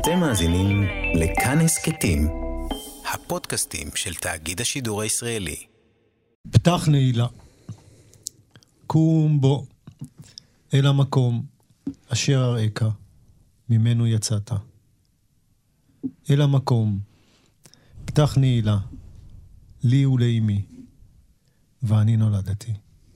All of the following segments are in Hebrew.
אתם מאזינים לכאן הסכתים, הפודקאסטים של תאגיד השידור הישראלי. פתח נעילה, קום בו אל המקום אשר הראיך, ממנו יצאת. אל המקום, פתח נעילה, לי ולאמי, ואני נולדתי.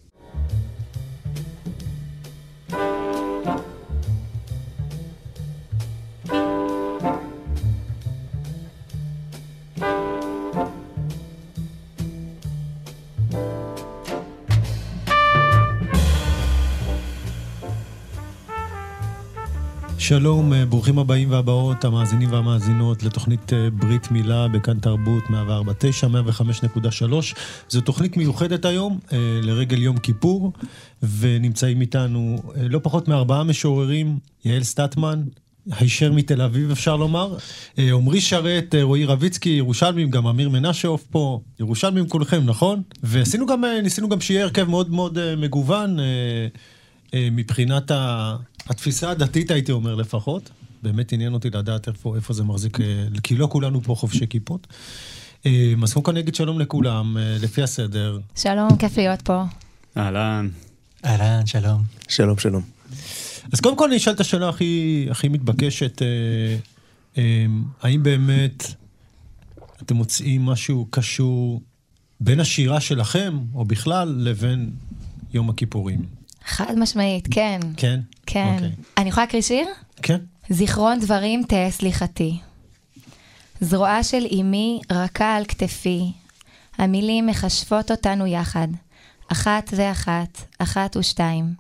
שלום, ברוכים הבאים והבאות, המאזינים והמאזינות לתוכנית ברית מילה בכאן תרבות 104.9, 105.3. זו תוכנית מיוחדת היום לרגל יום כיפור, ונמצאים איתנו לא פחות מ4 משוררים, יעל סטטמן, הישר מתל אביב אפשר לומר, עומרי שרת, רועי רביצקי, ירושלמים, גם אמיר מנשוף פה, ירושלמים כולכם, נכון? וניסינו גם שיהיה הרכב מאוד מאוד מגוון, מבחינת התפיסה הדתית הייתי אומר לפחות, באמת עניין אותי לדעת איפה זה מחזיק, כי לא כולנו פה חובשי כיפות. אז קודם כל נגיד שלום לכולם, לפי הסדר. שלום, כיף להיות פה. אהלן. אהלן, שלום. שלום, שלום. אז קודם כל אני אשאל את השאלה הכי מתבקשת, האם באמת אתם מוצאים משהו קשור בין השירה שלכם, או בכלל, לבין יום הכיפורים? חד משמעית, כן. כן? כן. אוקיי. אני יכולה להקריא שיר? כן. זיכרון דברים תהיה סליחתי. זרועה של אמי רכה על כתפי. המילים מחשפות אותנו יחד. 1 ו1, 1 ו2.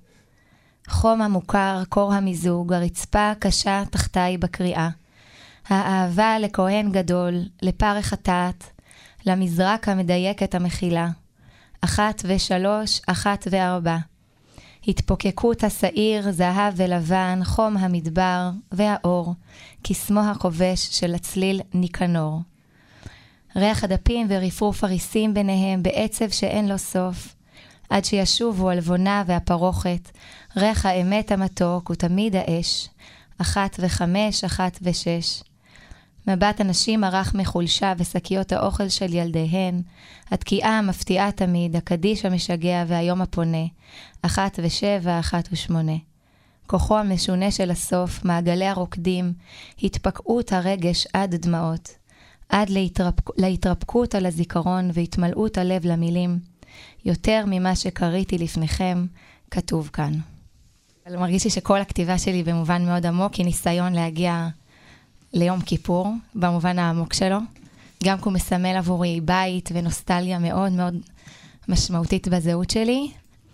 חום המוכר, קור המיזוג, הרצפה קשה תחתיי בקריאה. האהבה לכהן גדול, לפר החטאת, למזרק המדייק את המחילה. 1 ו3, 1 ו4. התפוקקות השעיר, זהב ולבן, חום המדבר והאור, כסמו החובש של הצליל ניקנור. ריח הדפים ורפרוף הריסים ביניהם בעצב שאין לו סוף, עד שישובו הלבונה והפרוכת, ריח האמת המתוק ותמיד האש, 1 ו5, 1 ו6. מבט הנשים ערך מחולשה ושקיות האוכל של ילדיהן, התקיעה המפתיעה תמיד, הקדיש המשגע והיום הפונה, 1 ו7, 1 ו8. כוחו המשונה של הסוף, מעגלי הרוקדים, התפקעות הרגש עד דמעות, עד להתרפקות על הזיכרון והתמלאות הלב למילים, יותר ממה שקראתי לפניכם, כתוב כאן. אבל מרגיש לי שכל הכתיבה שלי במובן מאוד עמוק היא ניסיון להגיע ליום כיפור, במובן העמוק שלו. גם כי הוא מסמל עבורי בית ונוסטליה מאוד מאוד משמעותית בזהות שלי.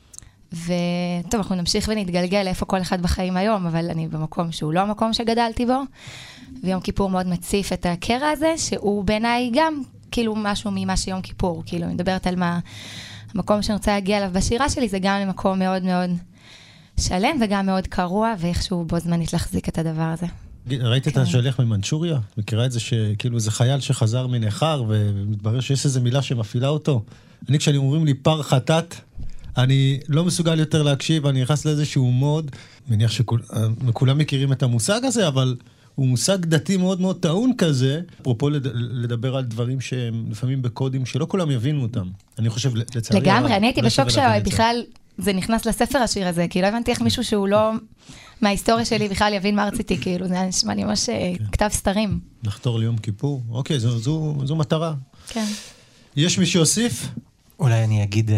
וטוב, אנחנו נמשיך ונתגלגל לאיפה כל אחד בחיים היום, אבל אני במקום שהוא לא המקום שגדלתי בו. ויום כיפור מאוד מציף את הקרע הזה, שהוא בעיניי גם כאילו משהו ממה שיום כיפור. כאילו, אני מדברת על מה המקום שאני רוצה להגיע אליו בשירה שלי, זה גם למקום מאוד מאוד שלם וגם מאוד קרוע, ואיכשהו בו זמנית להחזיק את הדבר הזה. ראית את השליח ממנצ'וריה? מכירה את זה שכאילו זה חייל שחזר מנחר, ומתברר שיש איזו מילה שמפעילה אותו. אני כשאני אומרים לי פר חטאת, אני לא מסוגל יותר להקשיב, אני נכנס לאיזשהו מוד, מניח שכולם מכירים את המושג הזה, אבל הוא מושג דתי מאוד מאוד טעון כזה, אפרופו לדבר על דברים שהם לפעמים בקודים שלא כולם יבינו אותם. אני חושב, לצערי... לגמרי, אני הייתי בשוק שבכלל זה נכנס לספר השיר הזה, כי לא הבנתי איך מישהו שהוא לא מההיסטוריה שלי בכלל יבין מה רציתי, כאילו זה נשמע לי ממש כתב סתרים. לחתור ליום כיפור, אוקיי, זו מטרה. כן. יש מי שיוסיף? אולי אני אגיד,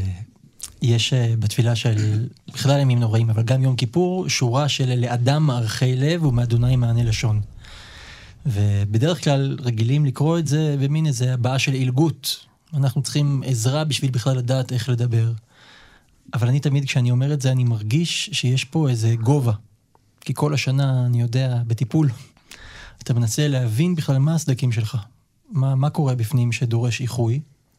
יש בתפילה של בכלל ימים נוראים, אבל גם יום כיפור, שורה של לאדם מערכי לב ומאדוני מענה לשון. ובדרך כלל רגילים לקרוא את זה במין איזה הבעה של אילגות. אנחנו צריכים עזרה בשביל בכלל לדעת איך לדבר. אבל אני תמיד כשאני אומר את זה, אני מרגיש שיש פה איזה גובה. כי כל השנה, אני יודע, בטיפול, אתה מנסה להבין בכלל מה הסדקים שלך. מה קורה בפנים שדורש איחוי.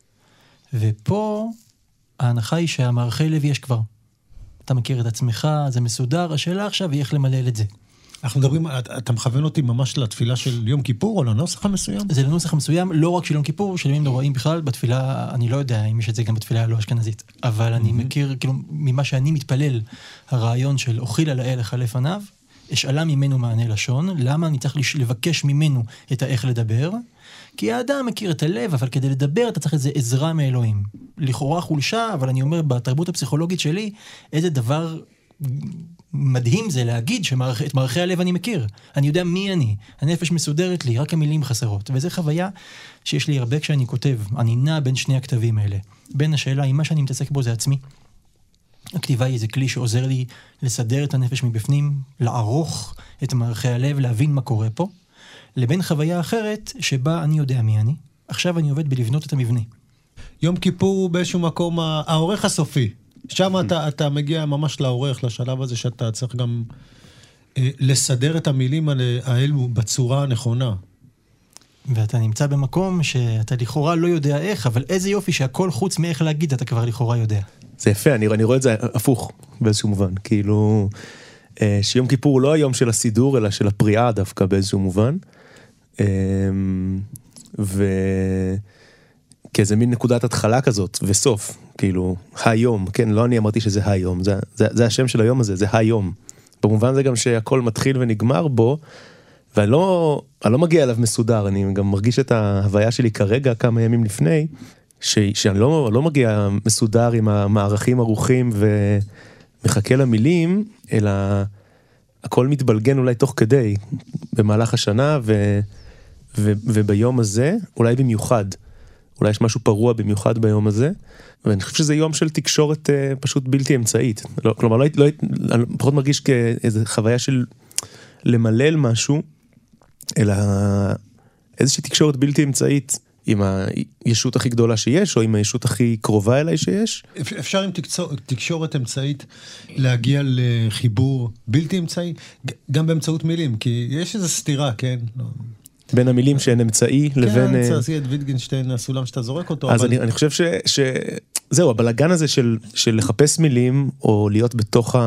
ופה ההנחה היא שהמערכי לב יש כבר. אתה מכיר את עצמך, זה מסודר, השאלה עכשיו היא איך למלל את זה. אנחנו מדברים, אתה מכוון אותי ממש לתפילה של יום כיפור או לנוסח המסוים? זה לנוסח המסוים, לא רק של יום כיפור, של ימים נוראים בכלל, בתפילה, אני לא יודע אם יש את זה גם בתפילה הלא אשכנזית, אבל אני מכיר, כאילו, ממה שאני מתפלל, הרעיון של אוכיל על האל אחד לפניו, אשאלה ממנו מענה לשון. למה אני צריך לבקש ממנו את האיך לדבר? כי האדם מכיר את הלב, אבל כדי לדבר אתה צריך איזה עזרה מאלוהים. לכאורה חולשה, אבל אני אומר, בתרבות הפסיכולוגית שלי, איזה דבר מדהים זה להגיד שאת מערכי הלב אני מכיר. אני יודע מי אני. הנפש מסודרת לי, רק המילים חסרות. וזו חוויה שיש לי הרבה כשאני כותב. אני נע בין שני הכתבים האלה. בין השאלה, אם מה שאני מתעסק בו זה עצמי. הכתיבה היא איזה כלי שעוזר לי לסדר את הנפש מבפנים, לערוך את מערכי הלב, להבין מה קורה פה. לבין חוויה אחרת שבה אני יודע מי אני. עכשיו אני עובד בלבנות את המבנה. יום כיפור הוא באיזשהו מקום העורך הסופי. שם אתה מגיע ממש לעורך, לשלב הזה שאתה צריך גם לסדר את המילים האלו בצורה הנכונה. ואתה נמצא במקום שאתה לכאורה לא יודע איך, אבל איזה יופי שהכל חוץ מאיך להגיד אתה כבר לכאורה יודע. זה יפה, אני רואה את זה הפוך באיזשהו מובן. כאילו, שיום כיפור הוא לא היום של הסידור, אלא של הפריאה דווקא באיזשהו מובן. כאיזה מין נקודת התחלה כזאת, וסוף, כאילו, היום, כן, לא אני אמרתי שזה היום, זה השם של היום הזה, זה היום. במובן זה גם שהכל מתחיל ונגמר בו, ואני לא מגיע אליו מסודר, אני גם מרגיש את ההוויה שלי כרגע, כמה ימים לפני, שאני לא מגיע מסודר עם המערכים ערוכים ומחכה למילים, אלא הכל מתבלגן אולי תוך כדי, במהלך השנה וביום הזה, אולי במיוחד. אולי יש משהו פרוע במיוחד ביום הזה, ואני חושב שזה יום של תקשורת פשוט בלתי אמצעית. כלומר, אני פחות מרגיש כאיזו חוויה של למלל משהו, אלא איזושהי תקשורת בלתי אמצעית עם הישות הכי גדולה שיש, או עם הישות הכי קרובה אליי שיש. אפשר עם תקשורת אמצעית להגיע לחיבור בלתי אמצעי, גם באמצעות מילים, כי יש איזו סתירה, כן? בין המילים שהן אמצעי לבין... כן, אני צריך את ויטגנשטיין, הסולם שאתה זורק אותו. אז אני חושב זהו, הבלגן הזה של לחפש מילים, או להיות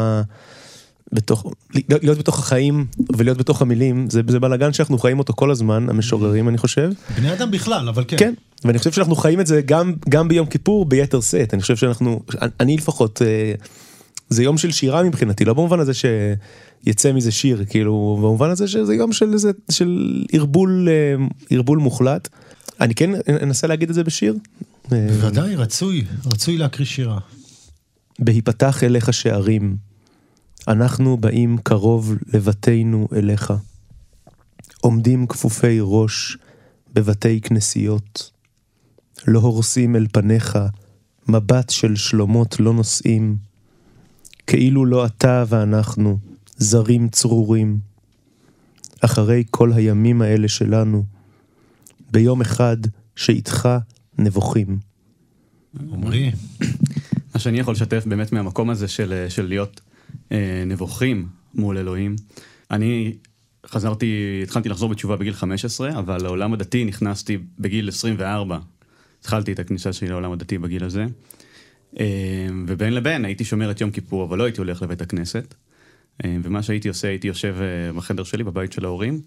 להיות בתוך החיים, ולהיות בתוך המילים, זה בלגן שאנחנו חיים אותו כל הזמן, המשוררים, אני חושב. בני אדם בכלל, אבל כן. כן, ואני חושב שאנחנו חיים את זה גם ביום כיפור, ביתר סט. אני חושב אני לפחות, זה יום של שירה מבחינתי, לא במובן הזה יצא מזה שיר, כאילו, במובן הזה שזה יום של ערבול מוחלט. אני כן אנסה להגיד את זה בשיר. בוודאי, רצוי להקריא שירה. בהיפתח אליך שערים, אנחנו באים קרוב לבתינו אליך. עומדים כפופי ראש בבתי כנסיות. לא הורסים אל פניך, מבט של שלומות לא נושאים. כאילו לא אתה ואנחנו, זרים צרורים. אחרי כל הימים האלה שלנו, ביום אחד שאיתך נבוכים. עומרי. מה שאני יכול לשתף באמת מהמקום הזה של להיות נבוכים מול אלוהים. אני התחלתי לחזור בתשובה בגיל 15, אבל לעולם הדתי נכנסתי בגיל 24. התחלתי את הכניסה שלי לעולם הדתי בגיל הזה. ובין לבין הייתי שומר את יום כיפור, אבל לא הייתי הולך לבית הכנסת. ומה שהייתי עושה, הייתי יושב בחדר שלי, בבית של ההורים.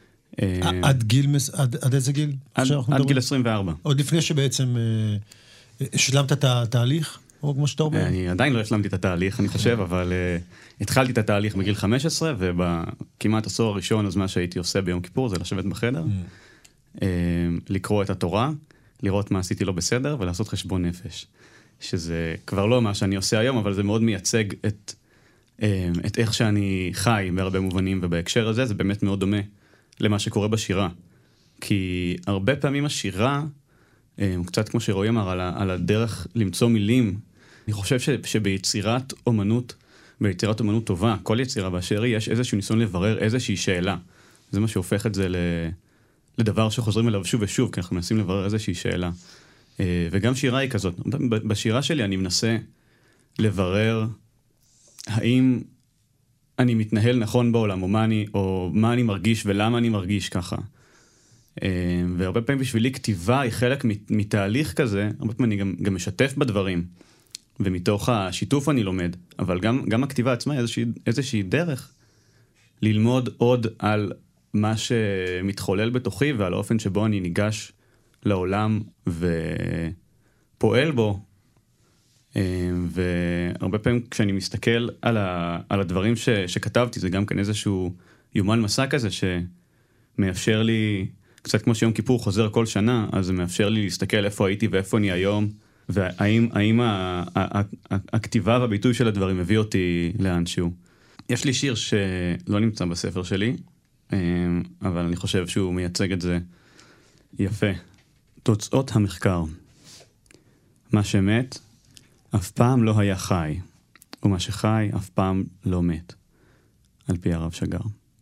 עד איזה גיל? עד גיל 24. עוד לפני שבעצם השלמת את התהליך, או כמו שאתה אומר? אני עדיין לא השלמתי את התהליך, אני חושב, אבל התחלתי את התהליך בגיל 15, ובכמעט עשור הראשון, אז מה שהייתי עושה ביום כיפור, זה לשבת בחדר, לקרוא את התורה, לראות מה עשיתי לא בסדר, ולעשות חשבון נפש. שזה כבר לא מה שאני עושה היום, אבל זה מאוד מייצג את איך שאני חי בהרבה מובנים, ובהקשר הזה זה באמת מאוד דומה למה שקורה בשירה. כי הרבה פעמים השירה, קצת כמו שרועי אמר, על הדרך למצוא מילים, אני חושב שביצירת אומנות, ביצירת אומנות טובה, כל יצירה באשר היא, יש איזשהו ניסיון לברר איזושהי שאלה. זה מה שהופך את זה לדבר שחוזרים אליו שוב ושוב, כי אנחנו מנסים לברר איזושהי שאלה. וגם שירה היא כזאת. בשירה שלי אני מנסה לברר האם אני מתנהל נכון בעולם, או מה אני מרגיש ולמה אני מרגיש ככה. והרבה פעמים בשבילי כתיבה היא חלק מתהליך כזה, הרבה פעמים אני גם משתף בדברים, ומתוך השיתוף אני לומד, אבל גם הכתיבה עצמה היא איזושהי דרך ללמוד עוד על מה שמתחולל בתוכי, ועל האופן שבו אני ניגש לעולם ופועל בו והרבה פעמים כשאני מסתכל על הדברים שכתבתי, זה גם כן איזשהו יומן מסע כזה שמאפשר לי, קצת כמו שיום כיפור חוזר כל שנה, אז זה מאפשר לי להסתכל איפה הייתי ואיפה אני היום, והאם הכתיבה והביטוי של הדברים הביא אותי לאנשהו. יש לי שיר שלא נמצא בספר שלי, אבל אני חושב שהוא מייצג את זה יפה. תוצאות המחקר. מה שמת אף פעם לא היה חי, ומה שחי אף פעם לא מת, על פי הרב שגר.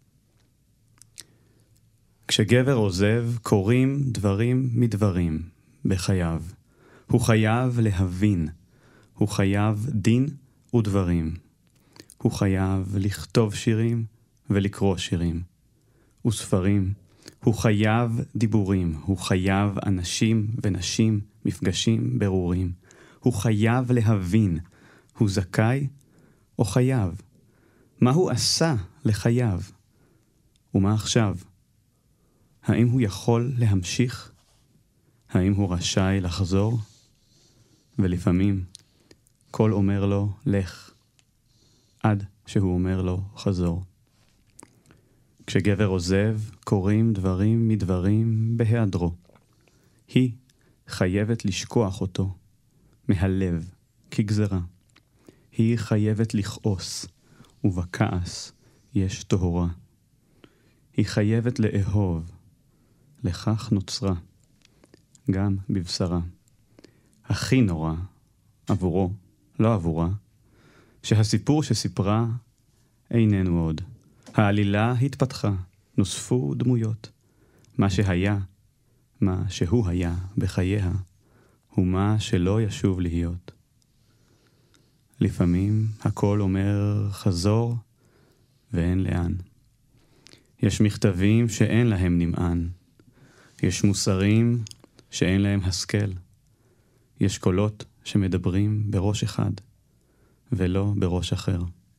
כשגבר עוזב, קורים דברים מדברים בחייו. הוא חייב להבין, הוא חייב דין ודברים. הוא חייב לכתוב שירים ולקרוא שירים וספרים. הוא חייב דיבורים, הוא חייב אנשים ונשים, מפגשים ברורים. הוא חייב להבין, הוא זכאי או חייב? מה הוא עשה לחייו? ומה עכשיו? האם הוא יכול להמשיך? האם הוא רשאי לחזור? ולפעמים קול אומר לו לך, עד שהוא אומר לו חזור. כשגבר עוזב, קורים דברים מדברים בהיעדרו. היא חייבת לשכוח אותו מהלב כגזרה. היא חייבת לכעוס, ובכעס יש טהורה. היא חייבת לאהוב, לכך נוצרה, גם בבשרה. הכי נורא, עבורו, לא עבורה, שהסיפור שסיפרה איננו עוד. העלילה התפתחה, נוספו דמויות. מה שהיה, מה שהוא היה בחייה, הוא מה שלא ישוב להיות. לפעמים הכל אומר חזור ואין לאן. יש מכתבים שאין להם נמען. יש מוסרים שאין להם השכל. יש קולות שמדברים בראש אחד ולא בראש אחר.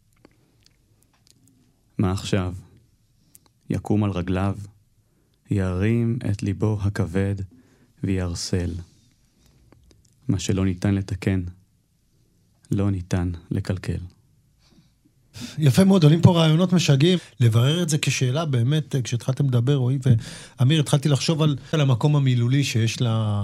מה עכשיו? יקום על רגליו, ירים את ליבו הכבד וירסל. מה שלא ניתן לתקן, לא ניתן לקלקל. יפה מאוד, עולים פה רעיונות משגעים. לברר את זה כשאלה באמת, כשהתחלתם לדבר, רועי ואמיר, התחלתי לחשוב על המקום המילולי שיש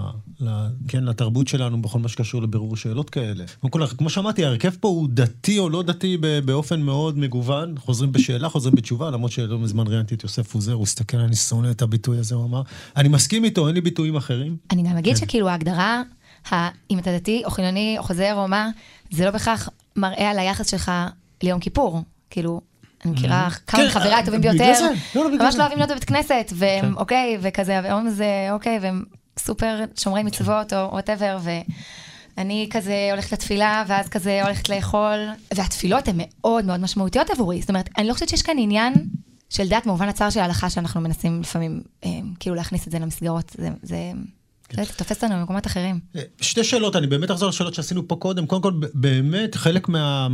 לתרבות שלנו בכל מה שקשור לבירור שאלות כאלה. כמו שאמרתי, ההרכב פה הוא דתי או לא דתי באופן מאוד מגוון, חוזרים בשאלה, חוזרים בתשובה, למרות שלא מזמן ראיינתי את יוסף פוזר, הוא הסתכל, אני שונא את הביטוי הזה, הוא אמר, אני מסכים איתו, אין לי ביטויים אחרים. אני גם אגיד שכאילו ההגדרה, אם אתה דתי או חילוני או חוזר או מה, זה לא בכך מראה על היחס שלך ליום כיפור, כאילו, אני מכירה כמה חברי הטובים ביותר, ממש לא אוהבים להיות בבית כנסת, והם אוקיי, וכזה, והיום זה אוקיי, והם סופר שומרי מצוות או whatever, ואני כזה הולכת לתפילה, ואז כזה הולכת לאכול, והתפילות הן מאוד מאוד משמעותיות עבורי, זאת אומרת, אני לא חושבת שיש כאן עניין של דת, במובן הצער של ההלכה, שאנחנו מנסים לפעמים, כאילו להכניס את זה למסגרות, זה תופס לנו במקומות אחרים. שתי שאלות, אני באמת אחזור לשאלות שעשינו פה קודם. קודם כל, באמת חלק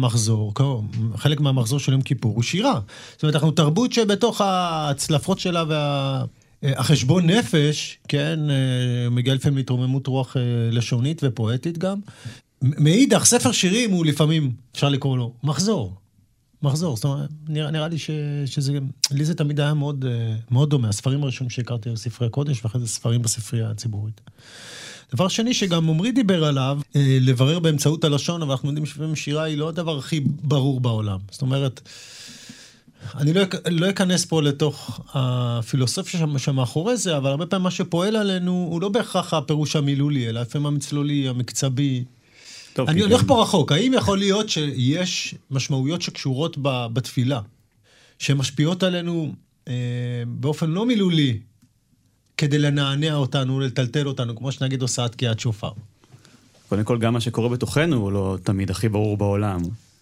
מהמחזור של יום כיפור הוא שירה. זאת אומרת, אנחנו תרבות שבתוך הצלפות שלה והחשבון נפש, כן, מגיע לפעמים להתרוממות רוח לשונית ופואטית גם. מאידך, ספר שירים הוא לפעמים, אפשר לקרוא לו, מחזור. זאת אומרת, נראה לי שזה, לי זה תמיד היה מאוד, מאוד דומה. הספרים הראשונים שהכרתי היו ספרי קודש, ואחרי זה ספרים בספרייה הציבורית. דבר שני שגם עמרי דיבר עליו, לברר באמצעות הלשון, אבל אנחנו יודעים שפעמים שירה היא לא הדבר הכי ברור בעולם. זאת אומרת, אני לא אכנס פה לתוך הפילוסופיה שמאחורי זה, אבל הרבה פעמים מה שפועל עלינו, הוא לא בהכרח הפירוש המילולי, אלא לפעמים המצלולי, המקצבי. אני הולך פה רחוק, האם יכול להיות שיש משמעויות שקשורות בתפילה, שמשפיעות עלינו באופן לא מילולי, כדי לנענע אותנו, לטלטל אותנו, כמו שנגיד עושה תקיעת שופר? קודם כל, גם מה שקורה בתוכנו הוא לא תמיד הכי ברור בעולם.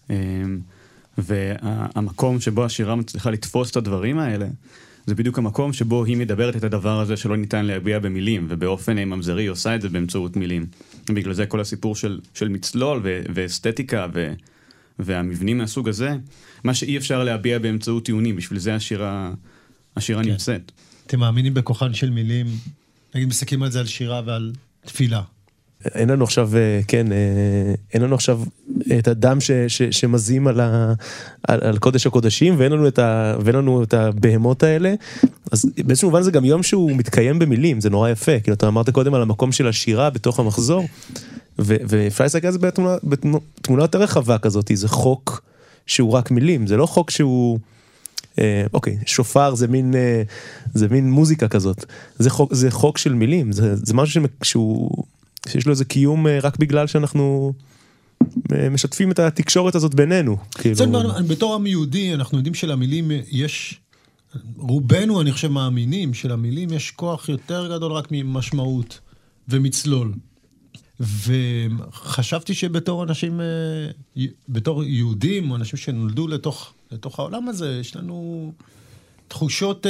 והמקום שבו השירה מצליחה לתפוס את הדברים האלה, זה בדיוק המקום שבו היא מדברת את הדבר הזה שלא ניתן להביע במילים, ובאופן ממזרי עושה את זה באמצעות מילים. בגלל זה כל הסיפור של מצלול ואסתטיקה והמבנים מהסוג הזה, מה שאי אפשר להביע באמצעות טיעונים, בשביל זה השירה נמצאת. אתם מאמינים בכוחן של מילים, נגיד מסתכלים על זה על שירה ועל תפילה. אין לנו עכשיו, כן, אין לנו עכשיו את הדם שמזים על קודש הקודשים, ואין לנו את הבהמות האלה, אז באיזשהו מובן זה גם יום שהוא מתקיים במילים, זה נורא יפה, כאילו אתה אמרת קודם על המקום של השירה בתוך המחזור, ואפשר להסתכל על זה בתמונה יותר רחבה כזאת, זה חוק שהוא רק מילים, זה לא חוק שהוא, אוקיי, שופר זה מין מוזיקה כזאת, זה חוק של מילים, זה משהו שיש לו איזה קיום רק בגלל שאנחנו משתפים את התקשורת הזאת בינינו. בתור עם יהודי, אנחנו יודעים שלמילים יש, רובנו אני חושב מאמינים שלמילים יש כוח יותר גדול רק ממשמעות ומצלול. וחשבתי שבתור אנשים, בתור יהודים, או אנשים שנולדו לתוך העולם הזה, יש לנו תחושות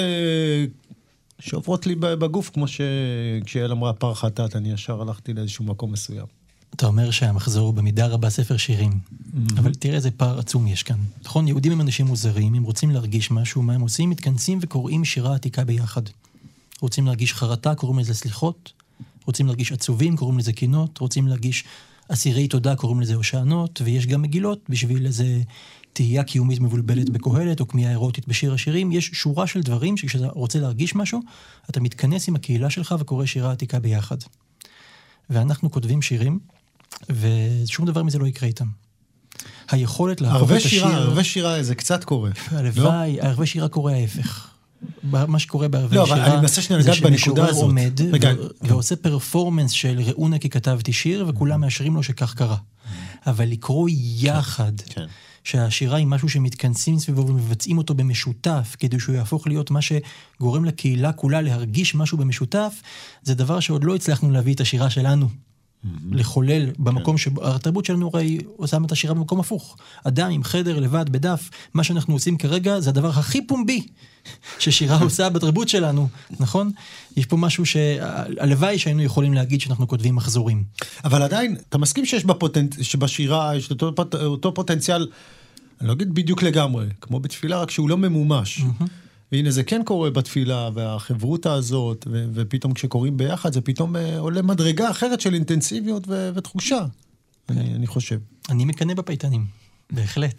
שעוברות לי בגוף, כמו שכשיעל אמרה פר חטאת, אני ישר הלכתי לאיזשהו מקום מסוים. אתה אומר שהמחזור הוא במידה רבה ספר שירים, אבל תראה איזה פער עצום יש כאן. נכון, יהודים הם אנשים מוזרים, הם רוצים להרגיש משהו, מה הם עושים? מתכנסים וקוראים שירה עתיקה ביחד. רוצים להרגיש חרטה, קוראים לזה סליחות, רוצים להרגיש עצובים, קוראים לזה קינות, רוצים להרגיש אסירי תודה, קוראים לזה הושענות, ויש גם מגילות בשביל איזה תהייה קיומית מבולבלת בקהלת, או כמיהה אירוטית בשיר השירים. יש שורה של דברים שכשאתה רוצה להרגיש משהו, אתה מתכנס עם הקהילה שלך וקורא שירה עתיקה ביחד. ואנחנו כותבים שירים, ושום דבר מזה לא יקרה איתם. היכולת להפוך את השיר... ערבי שירה זה קצת קורה. הלוואי, ערבי שירה קורה ההפך. מה שקורה בערבי שירה, שירה, אני מנסה שנגעת בנקודה הזאת. עומד ועושה פרפורמנס של ראונה כי כתבתי שיר, וכולם מאשרים לו שכך קרה. אבל לקרוא יחד, שהשירה היא משהו שמתכנסים סביבו ומבצעים אותו במשותף, כדי שהוא יהפוך להיות מה שגורם לקהילה כולה להרגיש משהו במשותף, זה דבר שעוד לא הצלחנו להביא את השירה שלנו. לחולל במקום שהתרבות שלנו הרי עושה את השירה במקום הפוך. אדם עם חדר לבד בדף, מה שאנחנו עושים כרגע זה הדבר הכי פומבי ששירה עושה בתרבות שלנו, נכון? יש פה משהו שהלוואי שהיינו יכולים להגיד שאנחנו כותבים מחזורים. אבל עדיין, אתה מסכים שבשירה יש אותו פוטנציאל, אני לא אגיד בדיוק לגמרי, כמו בתפילה, רק שהוא לא ממומש. והנה זה כן קורה בתפילה, והחברותה הזאת, ופתאום כשקוראים ביחד, זה פתאום עולה מדרגה אחרת של אינטנסיביות ותחושה, אני חושב. אני מקנא בפייטנים, בהחלט.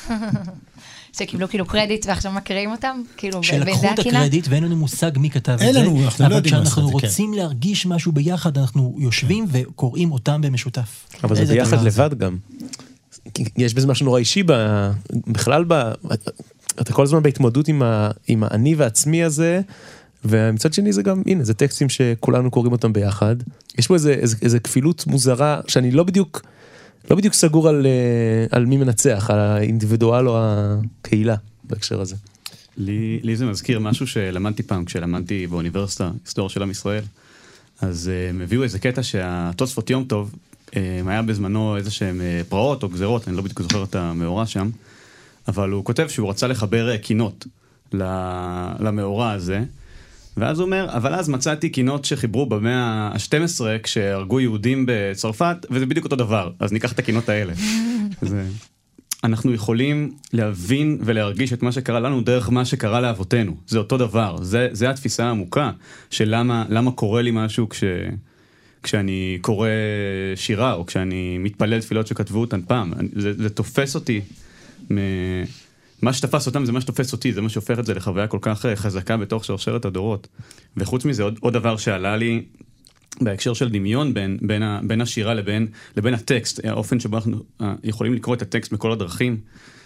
שקיבלו כאילו קרדיט ועכשיו מקריאים אותם? שלקחו את הקרדיט ואין לנו מושג מי כתב את זה, אבל כשאנחנו רוצים להרגיש משהו ביחד, אנחנו יושבים וקוראים אותם במשותף. אבל זה ביחד לבד גם. יש בזה משהו נורא אישי, בכלל אתה כל הזמן בהתמודדות עם האני והעצמי הזה, ומצד שני זה גם, הנה, זה טקסטים שכולנו קוראים אותם ביחד. יש פה איזה כפילות מוזרה, שאני לא בדיוק סגור על מי מנצח, על האינדיבידואל או הקהילה בהקשר הזה. לי זה מזכיר משהו שלמדתי פעם, כשלמדתי באוניברסיטה, היסטוריה של עם ישראל, אז הם הביאו איזה קטע שהתוספות יום טוב, היה בזמנו איזה שהם פרעות או גזרות, אני לא בדיוק זוכר את המאורע שם, אבל הוא כותב שהוא רצה לחבר קינות למאורע הזה, ואז הוא אומר, אבל אז מצאתי קינות שחיברו במאה ה-12 כשהרגו יהודים בצרפת, וזה בדיוק אותו דבר, אז ניקח את הקינות האלה. אנחנו יכולים להבין ולהרגיש את מה שקרה לנו דרך מה שקרה לאבותינו, זה אותו דבר, זה התפיסה העמוקה של למה קורה לי משהו כשאני קורא שירה, או כשאני מתפלל תפילות שכתבו אותן פעם, זה תופס אותי, מה שתפס אותם זה מה שתופס אותי, זה מה שהופך את זה לחוויה כל כך חזקה בתוך שרשרת הדורות. וחוץ מזה, עוד דבר שעלה לי בהקשר של דמיון בין השירה לבין הטקסט, האופן שבו אנחנו יכולים לקרוא את הטקסט מכל הדרכים,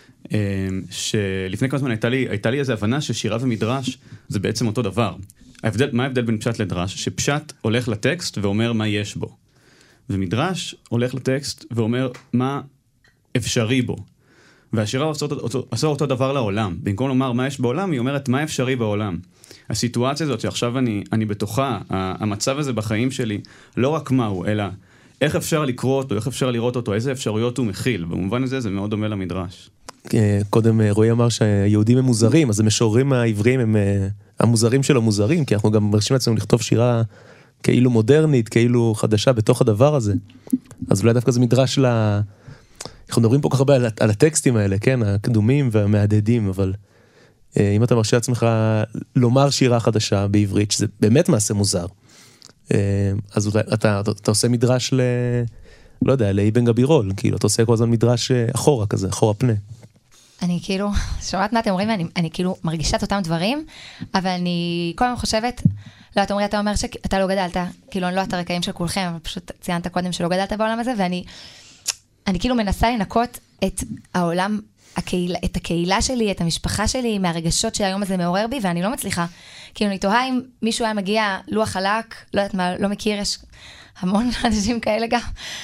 שלפני כמה זמן הייתה לי איזו הבנה ששירה ומדרש זה בעצם אותו דבר. מה ההבדל בין פשט לדרש? שפשט הולך לטקסט ואומר מה יש בו. ומדרש הולך לטקסט ואומר מה אפשרי בו. והשירה עושה אותו דבר לעולם. במקום לומר מה יש בעולם, היא אומרת מה אפשרי בעולם. הסיטואציה הזאת שעכשיו אני בתוכה, המצב הזה בחיים שלי, לא רק מהו, אלא איך אפשר לקרוא אותו, איך אפשר לראות אותו, איזה אפשרויות הוא מכיל. במובן הזה זה מאוד דומה למדרש. קודם רועי אמר שהיהודים הם מוזרים, אז המשוררים העבריים הם המוזרים שלו מוזרים, כי אנחנו גם מרשים לעצמנו לכתוב שירה כאילו מודרנית, כאילו חדשה בתוך הדבר הזה. אז אולי דווקא זה מדרש אנחנו מדברים פה כך הרבה על הטקסטים האלה, כן, הקדומים והמעדדים, אבל אם אתה מרשה לעצמך לומר שירה חדשה בעברית, שזה באמת מעשה מוזר, אז אתה עושה מדרש לא יודע, לאבן גבירול, כאילו, אתה עושה כל הזמן מדרש אחורה כזה, אחורה פנה. אני כאילו, שומעת מה אתם אומרים, אני כאילו מרגישה את אותם דברים, אבל אני כל הזמן חושבת, לא, אתה אומר שאתה לא גדלת, כאילו, אני לא את הרקעים של כולכם, אבל פשוט ציינת קודם שלא גדלת בעולם הזה, ואני כאילו מנסה לנקות את העולם, את הקהילה שלי, את המשפחה שלי, מהרגשות שהיום הזה מעורר בי, ואני לא מצליחה. כאילו, אני תוהה אם מישהו היה מגיע לוח חלק, לא יודעת מה, לא מכיר, יש המון אנשים כאלה גם,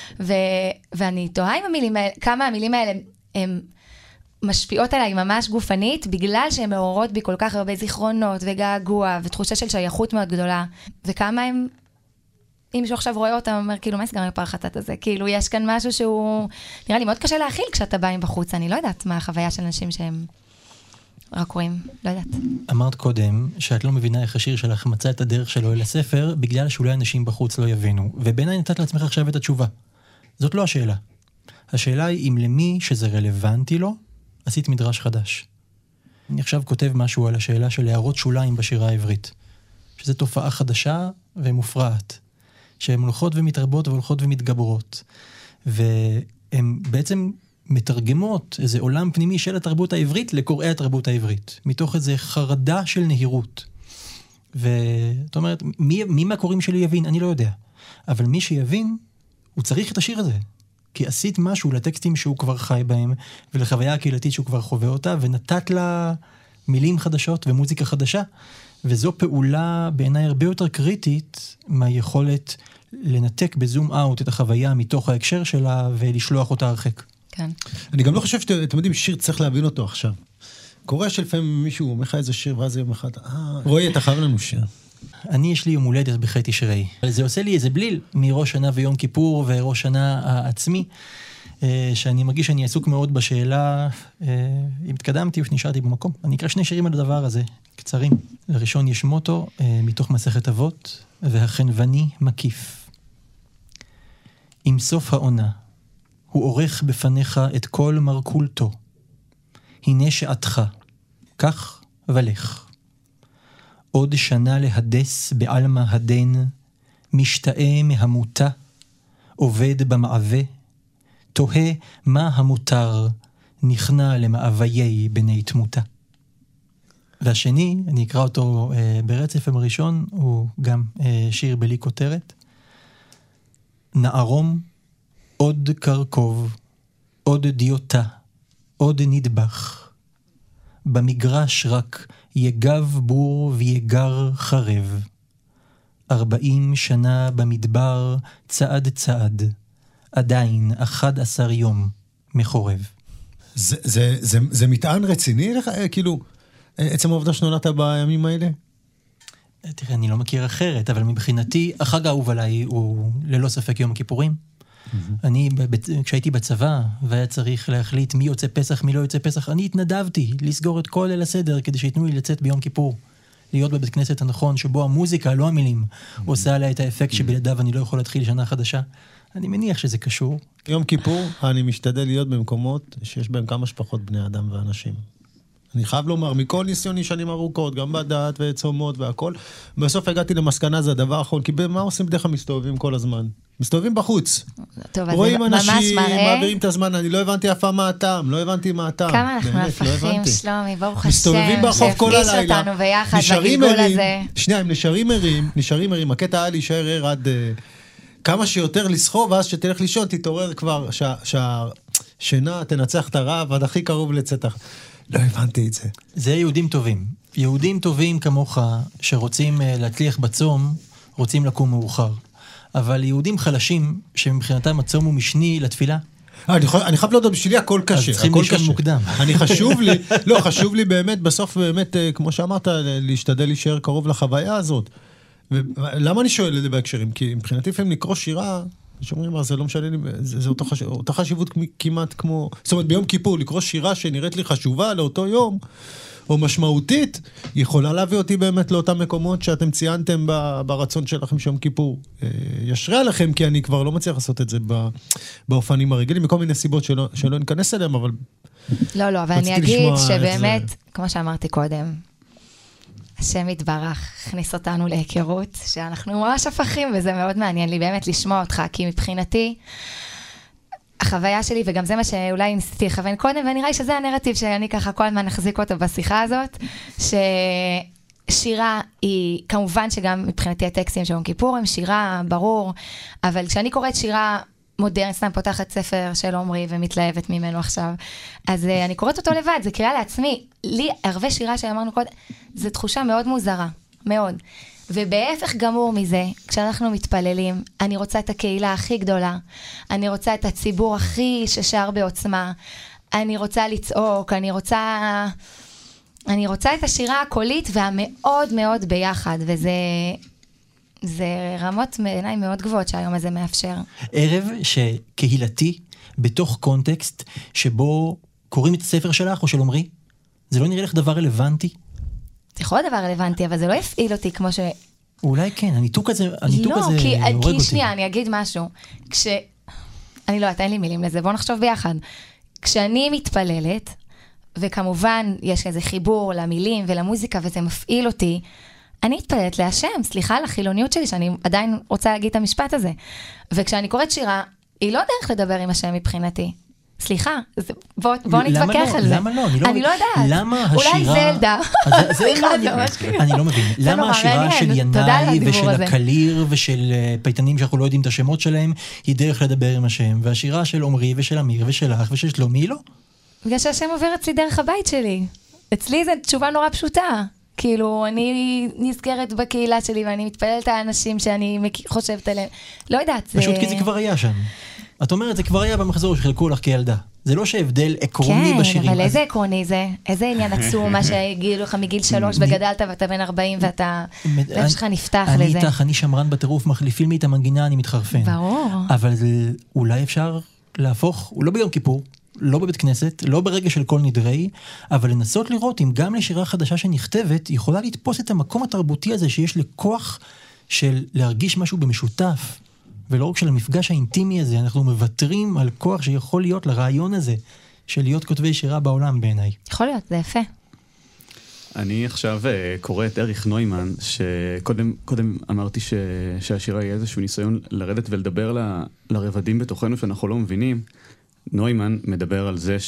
ואני תוהה עם המילים האלה, כמה המילים האלה הם משפיעות עליי ממש גופנית, בגלל שהן מעוררות בי כל כך הרבה זיכרונות וגעגוע, ותחושה של שייכות מאוד גדולה, וכמה הם, אם מישהו עכשיו רואה אותם, אומר, כאילו, מה סגר מפר חטאת הזה? כאילו, יש כאן משהו שהוא, נראה לי מאוד קשה להכיל כשאתה בא עם בחוץ, אני לא יודעת מה החוויה של אנשים שהם רק רואים, לא יודעת. אמרת קודם שאת לא מבינה איך השיר שלך מצא את הדרך שלו אל הספר, בגלל שאולי אנשים בחוץ לא יבינו, ובעיניי נתת לעצמך עכשיו את התשובה. זאת לא השאלה. השאלה היא אם למי שזה רלוונטי לו, עשית מדרש חדש. אני עכשיו כותב משהו על השאלה של הערות שוליים בשירה העברית, שזו תופעה חדשה ומופרעת, שהן הולכות ומתרבות והולכות ומתגברות, והן בעצם מתרגמות איזה עולם פנימי של התרבות העברית לקוראי התרבות העברית, מתוך איזה חרדה של נהירות. ואת אומרת, מי מהקוראים שלי יבין? אני לא יודע. אבל מי שיבין, הוא צריך את השיר הזה. כי עשית משהו לטקסטים שהוא כבר חי בהם, ולחוויה הקהילתית שהוא כבר חווה אותה, ונתת לה מילים חדשות ומוזיקה חדשה. וזו פעולה בעיניי הרבה יותר קריטית מהיכולת לנתק בזום אאוט את החוויה מתוך ההקשר שלה ולשלוח אותה הרחק. כן. אני גם לא חושב שאתם יודעים, שיר צריך להבין אותו עכשיו. קורה שלפעמים מישהו אומר לך איזה שיר, ואז יום אחד, רואי, אתה חייב לנו שיר. אני, יש לי יום הולדת בח' תשרי. זה עושה לי איזה בליל מראש שנה ויום כיפור וראש שנה העצמי, שאני מרגיש שאני עסוק מאוד בשאלה, אם התקדמתי או שנשארתי במקום. אני אקרא 2 שירים על הדבר הזה, קצרים. לראשון יש מוטו, מתוך מסכת אבות, והחנווני מקיף. עם סוף העונה, הוא עורך בפניך את כל מרקולתו. הנה שעתך, כך ולך. עוד שנה להדס בעלמא הדן, משתאה מהמותה, עובד במעווה, תוהה מה המותר, נכנע למאוויי בני תמותה. והשני, אני אקרא אותו ברצף הראשון, הוא גם שיר בלי כותרת. נערום, עוד קרקוב, עוד דיוטה, עוד נדבך. במגרש רק יגב בור ויגר חרב. 40 שנה במדבר צעד צעד, עדיין 11 יום מחורב. זה מטען רציני לך? כאילו, עצם העובדה שנולדת בימים האלה? תראה, אני לא מכיר אחרת, אבל מבחינתי, החג האהוב עליי הוא ללא ספק יום הכיפורים. אני, כשהייתי בצבא, והיה צריך להחליט מי יוצא פסח, מי לא יוצא פסח, אני התנדבתי לסגור את כל ליל הסדר, כדי שיתנו לי לצאת ביום כיפור. להיות בבית כנסת הנכון, שבו המוזיקה, לא המילים, עושה עליה את האפקט שבלעדיו אני לא יכול להתחיל שנה חדשה. אני מניח שזה קשור. יום כיפור, אני משתדל להיות במקומות שיש בהם כמה שפחות בני אדם ואנשים. אני חייב לומר, מכל ניסיוני שנים ארוכות, גם בדת וצומות והכל, בסוף הגעתי למסקנה, זה הדבר האחרון, כי מה עושים בדרך כלל מסתובבים כל הזמן? מסתובבים בחוץ. טוב, רואים ממש אנשים, מראה. מעבירים את הזמן, אני לא הבנתי אף פעם מה הטעם, לא הבנתי מה הטעם. כמה אנחנו באמת, לא הפכים, הבנתי. שלומי, ברוך השם, מסתובבים ברחוב כל הלילה. שהפגיש אותנו ביחד נשארים בגלגול ערים, הזה. שנייה, הם נשארים ערים, הקטע היה להישאר ער עד כמה שיותר לסחוב, ואז שתלך לישון, תתעורר כבר, שהשינה תנצח את הרעב, עד הכי קרוב לצאת. לא הבנתי את זה. זה יהודים טובים. יהודים טובים כמוך, שרוצים להצליח בצום, רוצים לקום מאוחר. אבל יהודים חלשים, שמבחינתם הצום הוא משני לתפילה. אני חייב להודות, בשבילי הכל קשה. אז צריכים לישון מוקדם. חשוב לי באמת, בסוף באמת, כמו שאמרת, להשתדל להישאר קרוב לחוויה הזאת. למה אני שואל את זה בהקשרים? כי מבחינתי לפעמים לקרוא שירה, שאומרים, זה לא משנה לי, זה אותה חשיבות כמעט כמו, זאת אומרת, ביום כיפור, לקרוא שירה שנראית לי חשובה לאותו יום, או משמעותית, יכולה להביא אותי באמת לאותם מקומות שאתם ציינתם ברצון שלכם שיום כיפור. ישרה לכם, כי אני כבר לא מצליח לעשות את זה באופנים הרגילים, מכל מיני סיבות שלא ניכנס אליהם, אבל... לא, אבל אני אגיד שבאמת, כמו שאמרתי קודם, השם יתברך, הכניס אותנו להיכרות, שאנחנו ממש הפכים, וזה מאוד מעניין לי באמת לשמוע אותך, כי מבחינתי, החוויה שלי, וגם זה מה שאולי ניסיתי לכוון קודם, ונראה לי שזה הנרטיב שאני ככה כל הזמן נחזיק אותו בשיחה הזאת, ששירה היא, כמובן שגם מבחינתי הטקסטים של יום כיפור הם שירה, ברור, אבל כשאני קוראת שירה מודרנית, סתם פותחת ספר של עומרי ומתלהבת ממנו עכשיו, אז אני קוראת אותו לבד, זה קריאה לעצמי, לי הרבה שירה שאמרנו קודם, זו תחושה מאוד מוזרה, מאוד. ובהפך גמור מזה, כשאנחנו מתפללים, אני רוצה את הקהילה הכי גדולה, אני רוצה את הציבור הכי ששר בעוצמה, אני רוצה לצעוק, אני רוצה את השירה הקולית והמאוד מאוד ביחד, זה רמות בעיניי מאוד גבוהות שהיום הזה מאפשר. ערב שקהילתי, בתוך קונטקסט, שבו קוראים את הספר שלך או של עומרי, זה לא נראה לך דבר רלוונטי? זה יכול להיות דבר רלוונטי, אבל זה לא יפעיל אותי כמו ש... אולי כן, הניתוק הזה הורג אותי. כי שנייה, אני אגיד משהו. אני לא יודעת, אין לי מילים לזה, בואו נחשוב ביחד. כשאני מתפללת, וכמובן יש איזה חיבור למילים ולמוזיקה, וזה מפעיל אותי, אני מתפללת להשם, סליחה על החילוניות שלי, שאני עדיין רוצה להגיד את המשפט הזה. וכשאני קוראת שירה, היא לא דרך לדבר עם השם מבחינתי. סליחה, בוא נתווכח על זה. למה לא? אני לא יודעת. למה השירה... אולי זלדה. אני לא מבין. למה השירה של ינאי ושל הקליר ושל פייטנים שאנחנו לא יודעים את השמות שלהם, היא דרך לדבר עם השם, והשירה של עומרי ושל אמיר ושלך ושל שלומי היא לא? בגלל שהשם עובר אצלי דרך הבית שלי. אצלי זו תשובה נורא פשוטה. כאילו, אני נזכרת בקהילה שלי ואני מתפללת על האנשים שאני חושבת עליהם. לא יודעת, זה... פשוט כי זה כבר היה שם. את אומרת, זה כבר היה במחזור שחילקו לך כילדה. זה לא שהבדל עקרוני בשירים. כן, אבל איזה עקרוני זה? איזה עניין עצום, מה שהגיעו לך מגיל 3 וגדלת ואתה בן 40 ואתה... לב שלך נפתח לזה. אני איתך, אני שמרן בטירוף, מחליפים לי את המנגינה, אני מתחרפן. ברור. אבל אולי אפשר להפוך, לא ביום כיפור, לא בבית כנסת, לא ברגע של כל נדרי, אבל לנסות לראות אם גם לשירה חדשה שנכתבת, יכולה לתפוס את המקום התרבותי הזה שיש לכוח של להרגיש משהו במשותף. ולא רק של המפגש האינטימי הזה, אנחנו מוותרים על כוח שיכול להיות לרעיון הזה, של להיות כותבי שירה בעולם בעיניי. יכול להיות, זה יפה. אני עכשיו קורא את אריך נוימן, שקודם אמרתי שהשירה היא איזשהו ניסיון לרדת ולדבר לרבדים בתוכנו שאנחנו לא מבינים. נוימן מדבר על זה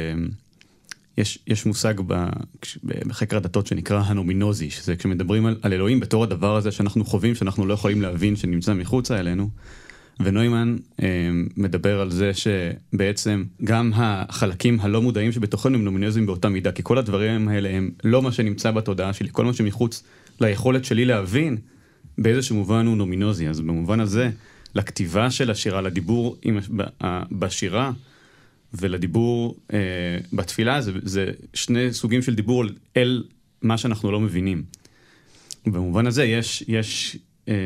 שיש מושג בחקר הדתות שנקרא הנומינוזי, שזה כשמדברים על אלוהים בתור הדבר הזה שאנחנו חווים, שאנחנו לא יכולים להבין שנמצא מחוצה אלינו, ונוימן מדבר על זה שבעצם גם החלקים הלא מודעים שבתוכנו הם נומינוזיים באותה מידה, כי כל הדברים האלה הם לא מה שנמצא בתודעה שלי, כל מה שמחוץ ליכולת שלי להבין, באיזשהו מובן הוא נומינוזי. אז במובן הזה, לכתיבה של השירה, לדיבור בשירה, ולדיבור בתפילה, זה שני סוגים של דיבור אל מה שאנחנו לא מבינים. במובן הזה יש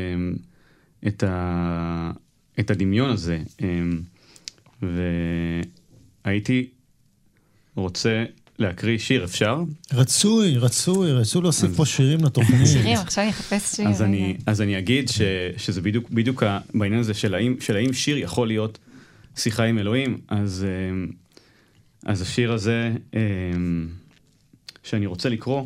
את הדמיון הזה, והייתי רוצה להקריא שיר, אפשר? רצוי להוסיף פה שירים לתוכנית. שירים, עכשיו אני אחפש שירים. אז אני אגיד שזה בדיוק בעניין הזה של האם שיר יכול להיות שיחה עם אלוהים, אז השיר הזה שאני רוצה לקרוא,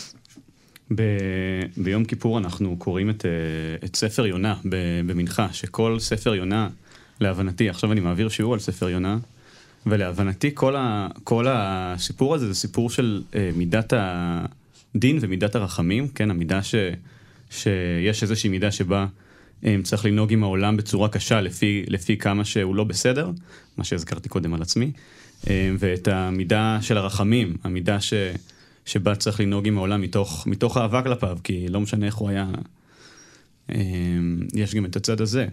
ביום כיפור אנחנו קוראים את ספר יונה במנחה, שכל ספר יונה, להבנתי, עכשיו אני מעביר שיעור על ספר יונה, ולהבנתי כל הסיפור הזה זה סיפור של מידת הדין ומידת הרחמים, כן, המידה שיש איזושהי מידה שבה צריך לנהוג עם העולם בצורה קשה לפי כמה שהוא לא בסדר, מה שהזכרתי קודם על עצמי, ואת המידה של הרחמים, המידה שבה צריך לנהוג עם העולם מתוך אהבה כלפיו, כי לא משנה איך הוא היה, יש גם את הצד הזה.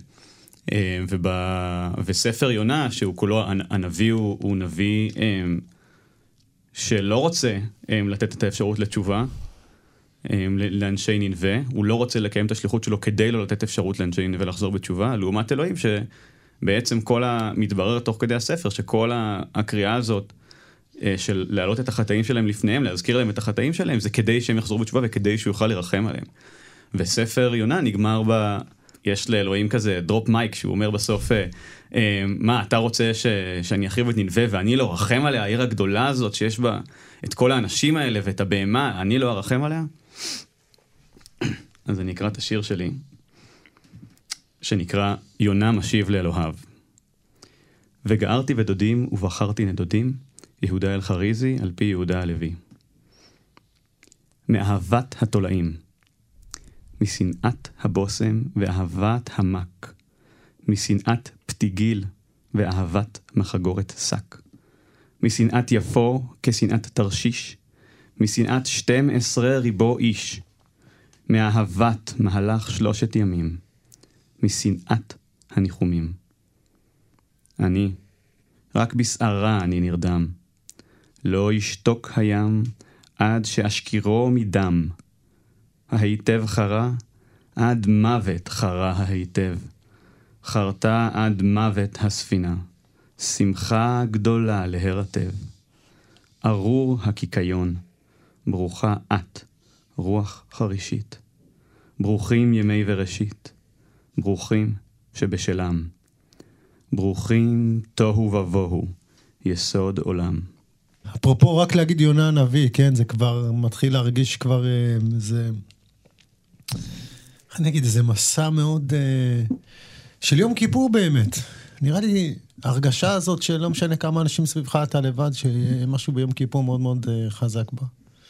וספר יונה, שהוא כולו, הנביא הוא נביא שלא רוצה לתת את האפשרות לתשובה, לאנשי נינווה, הוא לא רוצה לקיים את השליחות שלו כדי לא לתת אפשרות לאנשי נינווה לחזור בתשובה, לעומת אלוהים שבעצם מתברר תוך כדי הספר, שכל הקריאה הזאת של להעלות את החטאים שלהם לפניהם, להזכיר להם את החטאים שלהם, זה כדי שהם יחזרו בתשובה וכדי שהוא יוכל לרחם עליהם. וספר יונה נגמר יש לאלוהים כזה דרופ מייק, שהוא אומר בסוף, מה, אתה רוצה שאני אחריב את נינווה ואני לא ארחם עליה, העיר הגדולה הזאת שיש בה את כל האנשים האלה ואת הבהמה, אני לא ארחם עליה? אז אני אקרא את השיר שלי, שנקרא יונה משיב לאלוהיו. וגערתי ודודים ובחרתי נדודים, יהודה אל חריזי על פי יהודה הלוי. מאהבת התולעים, משנאת הבוסם ואהבת המק, משנאת פתיגיל ואהבת מחגורת שק, משנאת יפו כשנאת תרשיש, משנאת 12 ריבו איש, מאהבת מהלך 3 ימים, משנאת הניחומים. אני, רק בסערה אני נרדם, לא ישתוק הים עד שאשקירו מדם, ההיטב חרה עד מוות חרה ההיטב, חרתה עד מוות הספינה, שמחה גדולה להרטב. ארור הקיקיון, ברוכה את, רוח חרישית. ברוכים ימי וראשית, ברוכים שבשלם. ברוכים תוהו ובוהו, יסוד עולם. אפרופו רק להגיד יונה הנביא, כן, זה כבר מתחיל להרגיש כבר זה... איך אני אגיד, זה מסע מאוד של יום כיפור באמת. נראה לי, הרגשה הזאת שלא משנה כמה אנשים סביבך אתה לבד, שמשהו ביום כיפור מאוד מאוד חזק בה.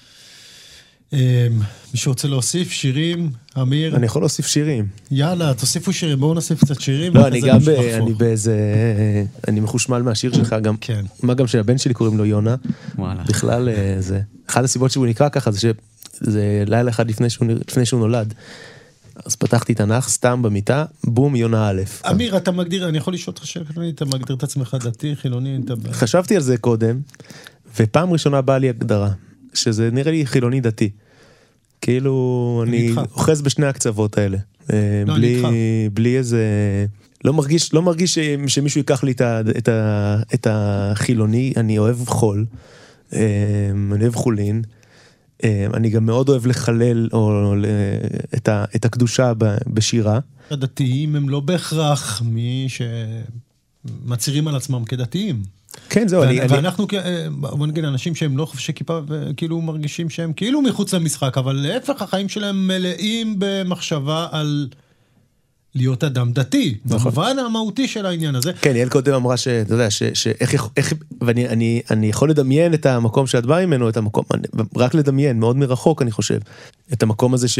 מישהו רוצה להוסיף שירים, אמיר? אני יכול להוסיף שירים. יאללה, תוסיפו שירים, בואו נוסיף קצת שירים. לא, אני גם, אני באיזה, אני מחושמל מהשיר שלך גם, כן. מה גם שהבן שלי קוראים לו יונה. וואלה. בכלל, זה, אחד הסיבות שהוא נקרא ככה, זה שזה לילה אחד לפני שהוא נולד. אז פתחתי תנ"ך, סתם במיטה, בום, יונה א'. אמיר, אתה מגדיר, אני יכול לשאול אותך חילוני, אתה מגדיר את עצמך דתי, חילוני, אתה... חשבתי על זה קודם, ופעם ראשונה באה לי הגדרה, שזה נראה לי חילוני דתי. כאילו, אני אוחז בשני הקצוות האלה. בלי איזה... לא מרגיש שמישהו ייקח לי את החילוני, אני אוהב חול, אני אוהב חולין, אני גם מאוד אוהב לחלל את הקדושה בשירה. הדתיים הם לא בהכרח מי שמצהירים על עצמם כדתיים. כן, זהו. ואנחנו, בוא נגיד, אנשים שהם לא חובשי כיפה, כאילו מרגישים שהם כאילו מחוץ למשחק, אבל להפך, החיים שלהם מלאים במחשבה על להיות אדם דתי, במובן המהותי של העניין הזה. כן, יעל קודם אמרה שאתה יודע, ואני יכול לדמיין את המקום שאת באה ממנו, את המקום, רק לדמיין, מאוד מרחוק אני חושב, את המקום הזה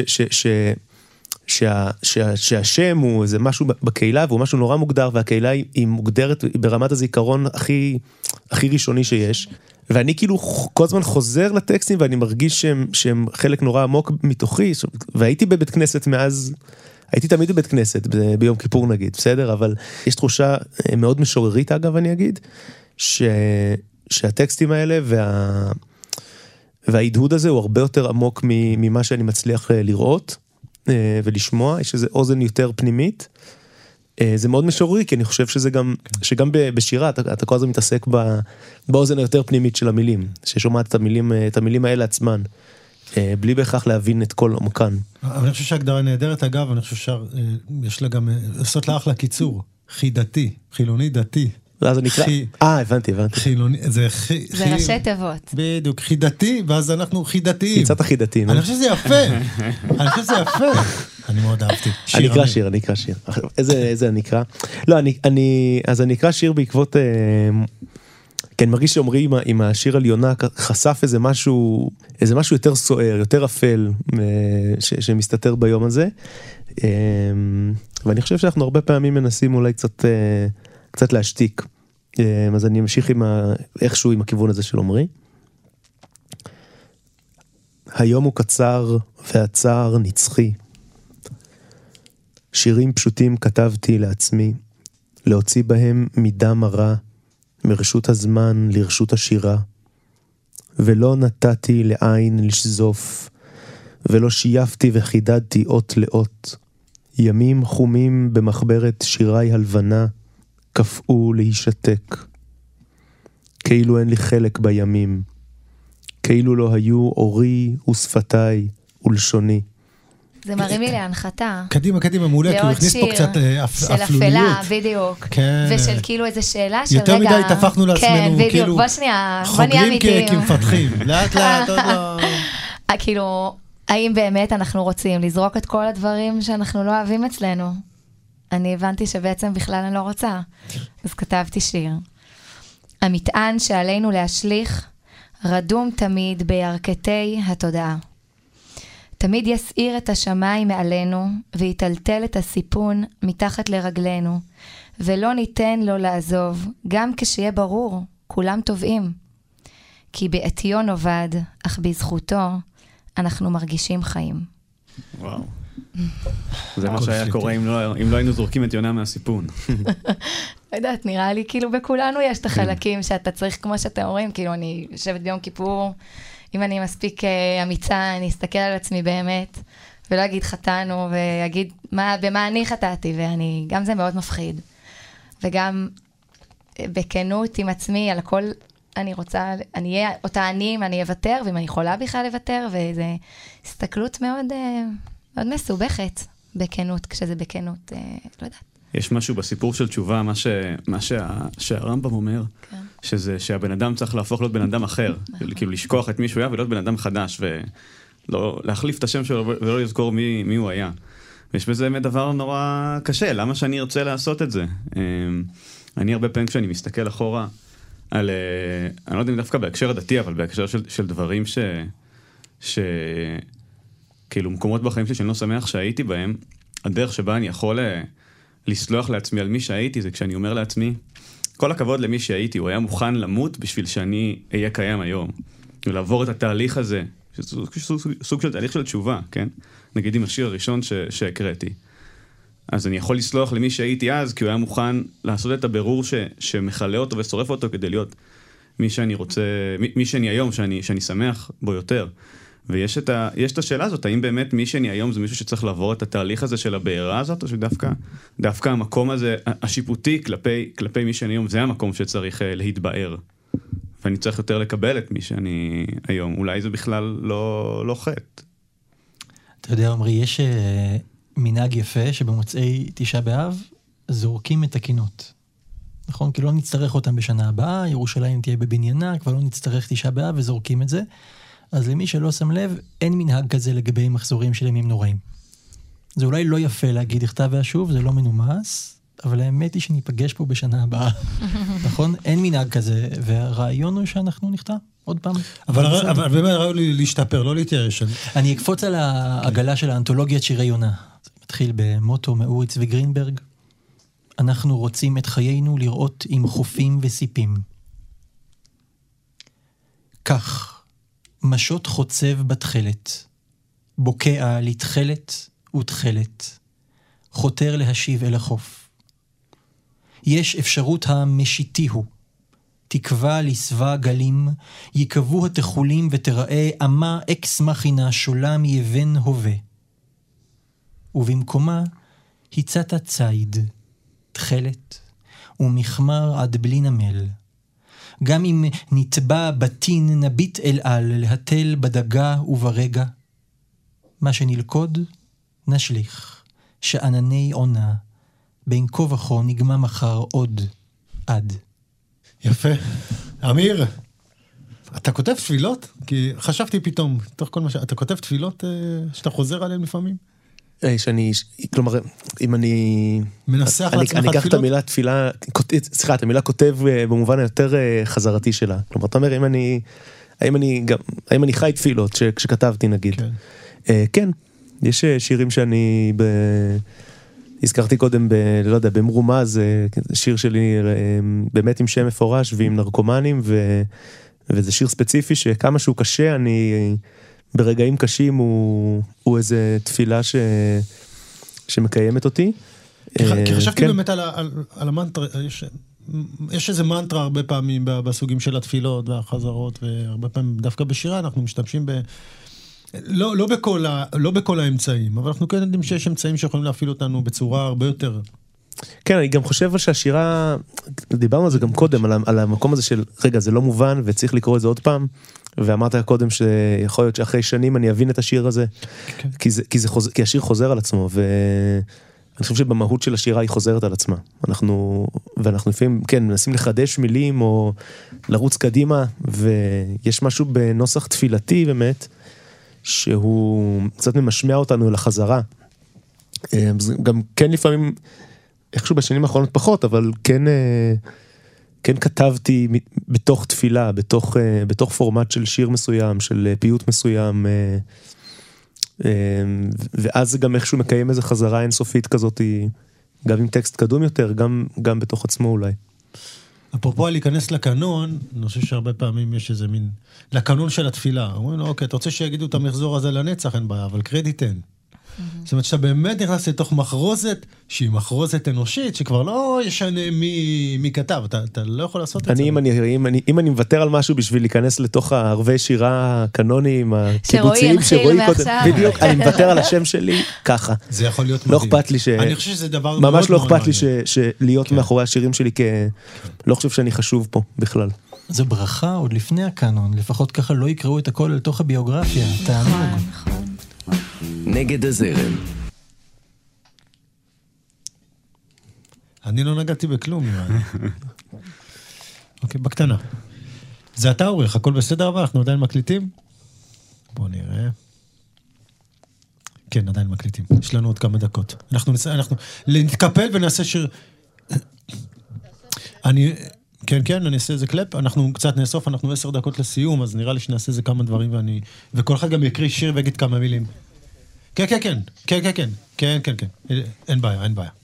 שהשם הוא איזה משהו בקהילה, והוא משהו נורא מוגדר, והקהילה היא מוגדרת ברמת הזיכרון הכי ראשוני שיש, ואני כאילו כל הזמן חוזר לטקסטים, ואני מרגיש שהם חלק נורא עמוק מתוכי, והייתי בבית כנסת מאז, הייתי תמיד בבית כנסת, ביום כיפור נגיד, בסדר? אבל יש תחושה מאוד משוררית אגב, אני אגיד, שהטקסטים האלה וההדהוד הזה הוא הרבה יותר עמוק ממה שאני מצליח לראות, ולשמוע, יש איזו אוזן יותר פנימית, זה מאוד משוררי, כי אני חושב שזה גם, שגם בשירה, אתה כל הזמן מתעסק באוזן היותר פנימית של המילים, ששומעת את המילים האלה עצמן, בלי בהכרח להבין את כל עומקן. אבל אני חושב שהגדרה נהדרת, אגב, אני חושב שיש לה גם, לעשות לה אחלה קיצור, חידתי, חילוני דתי. ואז זה נקרא, הבנתי. חילוני, זה ראשי תיבות. בדיוק, חידתי, ואז אנחנו חידתיים. יצאת החידתי. אני חושב שזה יפה. אני מאוד אהבתי. אני אקרא שיר. איזה אני אקרא? לא, אז אני אקרא שיר בעקבות, כי אני מרגיש שאומרי עם השיר על יונה, חשף איזה משהו יותר סוער, יותר אפל, שמסתתר ביום הזה. ואני חושב שאנחנו הרבה פעמים מנסים אולי קצת להשתיק. אז אני אמשיך איכשהו עם הכיוון הזה של עומרי. היום הוא קצר והצער נצחי. שירים פשוטים כתבתי לעצמי, להוציא בהם מידה מרה, מרשות הזמן לרשות השירה. ולא נתתי לעין לשזוף, ולא שייפתי וחידדתי אות לאות. ימים חומים במחברת שירי הלבנה, קפאו להישתק. כאילו אין לי חלק בימים, כאילו לא היו אורי ושפתיי ולשוני. זה מרים לי להנחתה. קדימה, מעולה, כי הוא הכניס פה קצת אפלוליות. של אפלה, בדיוק. כן. ושל כאילו איזה שאלה של רגע... יותר מדי תפכנו לעצמנו, כן, בדיוק, כאילו... בוא שנייה, בוא נהיה אמיתיים. חוגרים כמפתחים, לאט, עוד לא... כאילו, האם באמת אנחנו רוצים לזרוק את כל הדברים שאנחנו לא אוהבים אצלנו? אני הבנתי שבעצם בכלל אני לא רוצה. אז כתבתי שיר. המטען שעלינו להשליך, רדום תמיד בירכתי התודעה. תמיד יסעיר את השמיים מעלינו, ויטלטל את הסיפון מתחת לרגלינו, ולא ניתן לו לעזוב, גם כשיהיה ברור, כולם טובים. כי בעטיו נובד, אך בזכותו, אנחנו מרגישים חיים. וואו. זה מה שהיה קורה אם לא היינו זורקים את יונה מהסיפון. לא יודעת, נראה לי כאילו בכולנו יש את החלקים שאתה צריך, כמו שאתם אומרים, כאילו אני יושבת ביום כיפור, אם אני מספיק אמיצה, אני אסתכל על עצמי באמת, ולא אגיד חטאנו, ואגיד במה אני חטאתי, גם זה מאוד מפחיד. וגם בכנות עם עצמי, על הכל אני רוצה, אני אהיה אותה אני אוותר, ואם אני יכולה בכלל לוותר, וזו הסתכלות מאוד, מאוד מסובכת בכנות, כשזה בכנות, לא יודעת. יש משהו בסיפור של תשובה, מה שהרמב"ם אומר, שזה שהבן אדם צריך להפוך להיות בן אדם אחר, כאילו לשכוח את מי שהוא היה ולהיות בן אדם חדש, ולהחליף את השם שלו ולא לזכור מי הוא היה. ויש בזה דבר נורא קשה, למה שאני ארצה לעשות את זה? אני הרבה פעמים כשאני מסתכל אחורה על, אני לא יודע אם דווקא בהקשר הדתי, אבל בהקשר של דברים כאילו מקומות בחיים שלי שאני לא שמח שהייתי בהם, הדרך שבה אני יכול לסלוח לעצמי על מי שהייתי, זה כשאני אומר לעצמי, כל הכבוד למי שהייתי, הוא היה מוכן למות בשביל שאני אהיה קיים היום. ולעבור את התהליך הזה, סוג של תהליך של תשובה, כן? נגיד עם השיר הראשון שהקראתי. אז אני יכול לסלוח למי שהייתי אז, כי הוא היה מוכן לעשות את הבירור שמחלה אותו ושורף אותו כדי להיות מי שאני רוצה, מי שאני היום, שאני שמח בו יותר. ויש את השאלה הזאת, האם באמת מי שאני היום זה מישהו שצריך לעבור את התהליך הזה של הבעירה הזאת, או שדווקא המקום הזה, השיפוטי כלפי מי שאני היום, זה המקום שצריך להתבאר. ואני צריך יותר לקבל את מי שאני היום. אולי זה בכלל לא חטא. אתה יודע, עמרי, יש מנהג יפה שבמוצאי תשעה באב זורקים את הקינות. נכון? כי לא נצטרך אותם בשנה הבאה, ירושלים תהיה בבניינה, כבר לא נצטרך תשעה באב וזורקים את זה. אז למי שלא שם לב, אין מנהג כזה לגבי מחזורים של ימים נוראים. זה אולי לא יפה להגיד לכתב והשוב, זה לא מנומס, אבל האמת היא שניפגש פה בשנה הבאה. נכון? אין מנהג כזה, והרעיון הוא שאנחנו נכתב עוד פעם. אבל באמת ראוי לי להשתפר, לא להתייאש. אני אקפוץ על העגלה של האנתולוגיית שירי יונה. זה מתחיל במוטו מאורי צבי גרינברג. אנחנו רוצים את חיינו לראות עם חופים וסיפים. כך. משות חוצב בתחלת, בוקע לתחלת ותחלת, חותר להשיב אל החוף. יש אפשרות המשיתיהו, תקווה לסבא גלים, יקבו התחולים ותראה אמה אקס מכינה שולה מיבן הווה. ובמקומה הצעת ציד, תחלת, ומחמר עד בלי נמל. גם אם נטבע בתין נביט אל על להתל בדגה וברגע, מה שנלכוד נשליך, שענני עונה, בין כה וכה נגמה מחר עוד עד. יפה. אמיר, אתה כותב תפילות? כי חשבתי פתאום, תוך כל מה אתה כותב תפילות שאתה חוזר עליהן לפעמים? כלומר, אם אני מנסח לעצמך תפילות? אני אקח את המילה תפילה, סליחה, את המילה כותב במובן היותר חזרתי שלה. כלומר, אתה אומר, האם אני חי תפילות שכתבתי נגיד? כן, יש שירים שאני הזכרתי קודם, לא יודע, במרומז, שיר שלי באמת עם שם מפורש ועם נרקומנים, וזה שיר ספציפי שכמה שהוא קשה, אני ברגעים קשים הוא איזה תפילה שמקיימת אותי. כי חשבתי באמת על המנטרה, יש איזה מנטרה הרבה פעמים בסוגים של התפילות והחזרות, והרבה פעמים דווקא בשירה אנחנו משתמשים לא בכל האמצעים, אבל אנחנו כן יודעים שיש אמצעים שיכולים להפעיל אותנו בצורה הרבה יותר. כן, אני גם חושב שהשירה, דיברנו על זה גם קודם, על המקום הזה של, רגע, זה לא מובן וצריך לקרוא את זה עוד פעם, ואמרת קודם שיכול להיות שאחרי שנים אני אבין את השיר הזה, כי השיר חוזר על עצמו, ואני חושב שבמהות של השירה היא חוזרת על עצמה. ואנחנו לפעמים, כן, מנסים לחדש מילים או לרוץ קדימה, ויש משהו בנוסח תפילתי באמת, שהוא קצת ממשמע אותנו לחזרה. גם כן לפעמים, איכשהו בשנים האחרונות פחות, אבל כן כתבתי בתוך תפילה, בתוך פורמט של שיר מסוים, של פיוט מסוים, ואז זה גם איכשהו מקיים איזו חזרה אינסופית כזאת, גם עם טקסט קדום יותר, גם בתוך עצמו אולי. אפרופו להיכנס לקנון, אני חושב שהרבה פעמים יש איזה מין, לקנון של התפילה. אומרים לו, אוקיי, אתה רוצה שיגידו את המחזור הזה לנצח, אין בעיה, אבל קרדיט אין. זאת אומרת שאתה באמת נכנס לתוך מחרוזת, שהיא מחרוזת אנושית, שכבר לא ישנה מי כתב, אתה לא יכול לעשות את זה. אם אני מוותר על משהו בשביל להיכנס לתוך הערבי שירה הקנוניים, הקיבוציים שרואי קודם, בדיוק, אני מוותר על השם שלי ככה. זה יכול להיות מדהים. לא אכפת לי אני חושב שזה דבר מאוד ממש לא אכפת לי להיות מאחורי השירים שלי, לא חושב שאני חשוב פה בכלל. זו ברכה עוד לפני הקנון, לפחות ככה לא יקראו את הכל לתוך הביוגרפיה, תענוג. נגד הזרם. אני לא נגעתי בכלום, יואל. אוקיי, בקטנה. זה אתה עורך, הכל בסדר, אבל אנחנו עדיין מקליטים? בואו נראה. כן, עדיין מקליטים. יש לנו עוד כמה דקות. אנחנו נתקפל ונעשה שיר... כן, אני אעשה איזה קלפ, אנחנו קצת נאסוף, אנחנו 10 דקות לסיום, אז נראה לי שנעשה איזה כמה דברים, וכל אחד גם יקריא שיר ויגיד כמה מילים. כן, אין בעיה.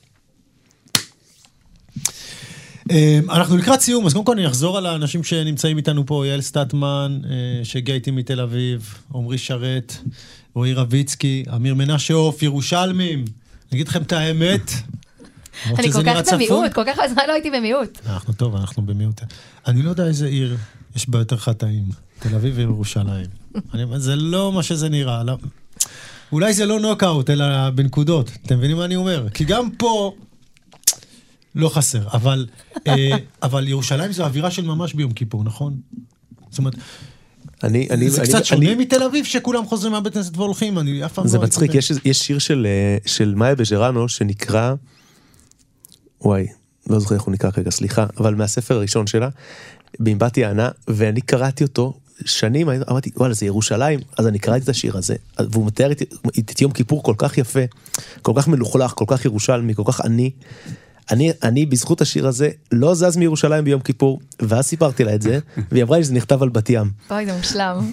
אנחנו לקראת סיום, אז קודם כל אני אחזור על האנשים שנמצאים איתנו פה, יעל סטטמן, שהגיע איתי מתל אביב, עומרי שרת, רועי רביצקי, אמיר מנשה עוף, ירושלמים, אני אגיד לכם את האמת, אני כל כך במיעוט, כל כך הזמן לא הייתי במיעוט. אנחנו במיעוט. אני לא יודע איזה עיר יש בה יותר חטאים, תל אביב וירושלים. זה לא מה שזה נראה. אולי זה לא נוקאוט, אלא בנקודות. אתם מבינים מה אני אומר? כי גם פה לא חסר. אבל ירושלים זו אווירה של ממש ביום כיפור, נכון? זאת אומרת, זה קצת שונה מתל אביב שכולם חוזרים מהבית כנסת והולכים. זה מצחיק, יש שיר של מאיה בז'רנו שנקרא... וואי, לא זוכר איך הוא נקרא כרגע, סליחה, אבל מהספר הראשון שלה, באמבט יענה, ואני קראתי אותו שנים, אמרתי, וואלה, זה ירושלים, אז אני קראתי את השיר הזה, והוא מתאר את יום כיפור כל כך יפה, כל כך מלוכלך, כל כך ירושלמי, כל כך אני בזכות השיר הזה, לא זז מירושלים ביום כיפור, ואז סיפרתי לה את זה, והיא אמרה לי שזה נכתב על בת ים. אוי, זה מושלם.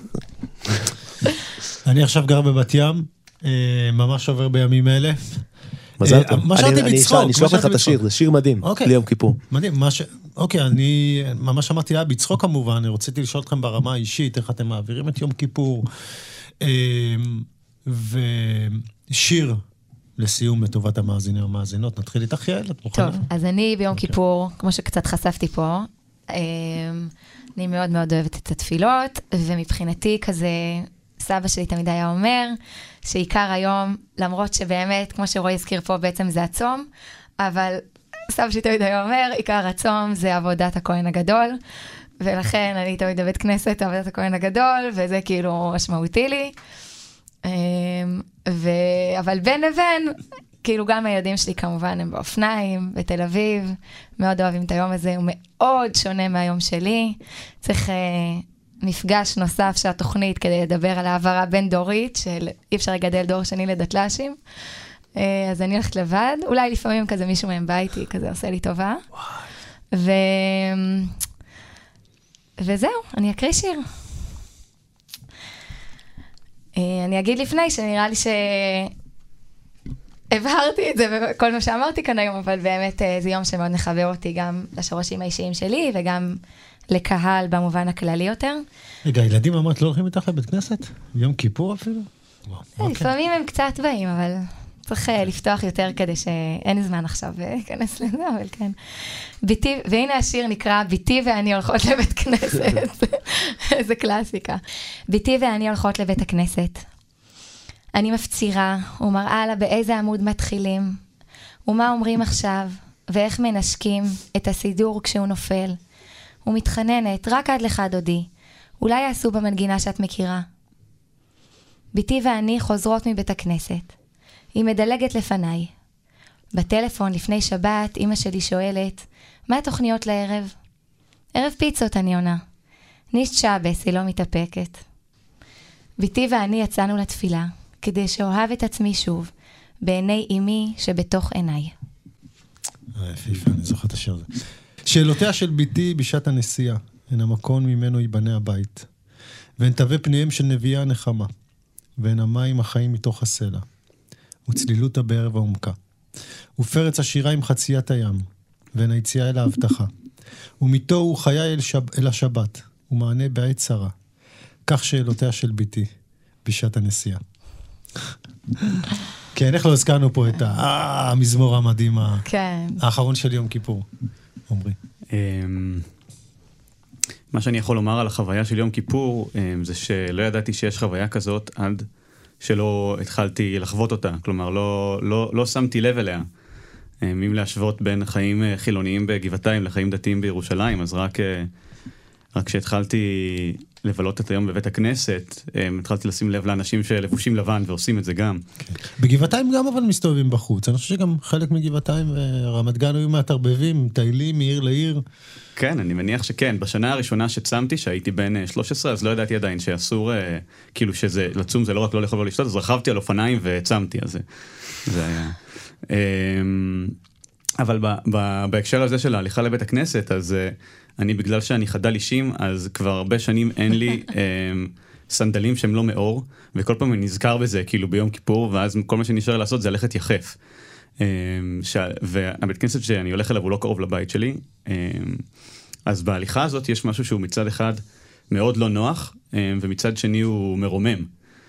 אני עכשיו גר בבת ים, ממש עובר בימים אלה, מזל טוב. מה שאלתי בצחוק. אני אשלח לך את השיר, זה שיר מדהים, ליום כיפור. מדהים, אוקיי, אני ממש אמרתי, בצחוק כמובן, אני רציתי לשאול אתכם ברמה האישית, איך אתם מעבירים את יום כיפור, ושיר לסיום לטובת המאזינים והמאזינות, נתחיל איתך יעל, את מוכנה? טוב, אז אני ביום כיפור, כמו שקצת חשפתי פה, אני מאוד מאוד אוהבת את התפילות, ומבחינתי כזה... סבא שלי תמיד היה אומר, שעיקר היום, למרות שבאמת, כמו שרועי הזכיר פה, בעצם זה הצום, אבל סבא שלי תמיד היה אומר, עיקר הצום זה עבודת הכהן הגדול, ולכן אני תמיד בבית כנסת, עבודת הכהן הגדול, וזה כאילו משמעותי לי. אבל בין לבין, כאילו גם הילדים שלי כמובן הם באופניים, בתל אביב, מאוד אוהבים את היום הזה, הוא מאוד שונה מהיום שלי, צריך... מפגש נוסף של התוכנית כדי לדבר על העברה בין דורית, של אי אפשר לגדל דור שני לדתל"שים. אז אני הולכת לבד, אולי לפעמים כזה מישהו מהם בא איתי, כזה עושה לי טובה. וזהו, אני אקריא שיר. אני אגיד לפני שנראה לי הבהרתי את זה בכל מה שאמרתי כאן היום, אבל באמת זה יום שמאוד מחבר אותי גם לשורשים האישיים שלי, וגם לקהל במובן הכללי יותר. רגע, ילדים אמרת לא הולכים איתך לבית כנסת? יום כיפור אפילו? לפעמים הם קצת באים, אבל צריך לפתוח יותר כדי שאין זמן עכשיו להיכנס לזה, אבל כן. והנה השיר נקרא, ביתי ואני הולכות לבית כנסת. איזה קלאסיקה. ביתי ואני הולכות לבית הכנסת. אני מפצירה ומראה לה באיזה עמוד מתחילים, ומה אומרים עכשיו, ואיך מנשקים את הסידור כשהוא נופל. ומתחננת, רק עד לך דודי, אולי יעשו במנגינה שאת מכירה. ביתי ואני חוזרות מבית הכנסת. היא מדלגת לפניי. בטלפון לפני שבת אמא שלי שואלת, מה התוכניות לערב? ערב פיצות אני עונה. נישט שבס, היא לא מתאפקת. ביתי ואני יצאנו לתפילה, כדי שאוהב את עצמי שוב, בעיני אמי שבתוך עיניי. יפה, אני זוכר את השיר הזה. שאלותיה של ביתי בשעת הנסיעה, הן המקום ממנו ייבנה הבית, והן תווה פניהם של נביאה הנחמה, והן המים החיים מתוך הסלע, וצלילות הבאר והעומקה, ופרץ השירה עם חציית הים, והן היציאה אל ההבטחה, ומיתו הוא חיי אל השבת, ומענה בעת צרה, כך שאלותיה של ביתי בשעת הנסיעה. כן, איך לא הזכרנו פה את המזמור המדהים האחרון של יום כיפור, עומרי. מה שאני יכול לומר על החוויה של יום כיפור, זה שלא ידעתי שיש חוויה כזאת עד שלא התחלתי לחוות אותה. כלומר, לא שמתי לב אליה. אם להשוות בין חיים חילוניים בגבעתיים לחיים דתיים בירושלים, אז רק כשהתחלתי לבלות את היום בבית הכנסת, התחלתי לשים לב לאנשים שלבושים לבן ועושים את זה גם. בגבעתיים גם אבל מסתובבים בחוץ. אני חושב שגם חלק מגבעתיים ורמת גן היו מהתרבבים, טיילים מעיר לעיר. כן, אני מניח שכן. בשנה הראשונה שצמתי, שהייתי בן 13, אז לא ידעתי עדיין שאסור, כאילו שזה, לצום זה לא רק לא לאכול ולשתות, אז רכבתי על אופניים וצמתי, אז זה היה. אבל בהקשר הזה של ההליכה לבית הכנסת, אז אני בגלל שאני חדל אישים, אז כבר הרבה שנים אין לי סנדלים שהם לא מאור, וכל פעם אני נזכר בזה, כאילו ביום כיפור, ואז כל מה שנשאר לעשות זה ללכת יחף. והבית כנסת שאני הולך אליו הוא לא קרוב לבית שלי, אז בהליכה הזאת יש משהו שהוא מצד אחד מאוד לא נוח, ומצד שני הוא מרומם.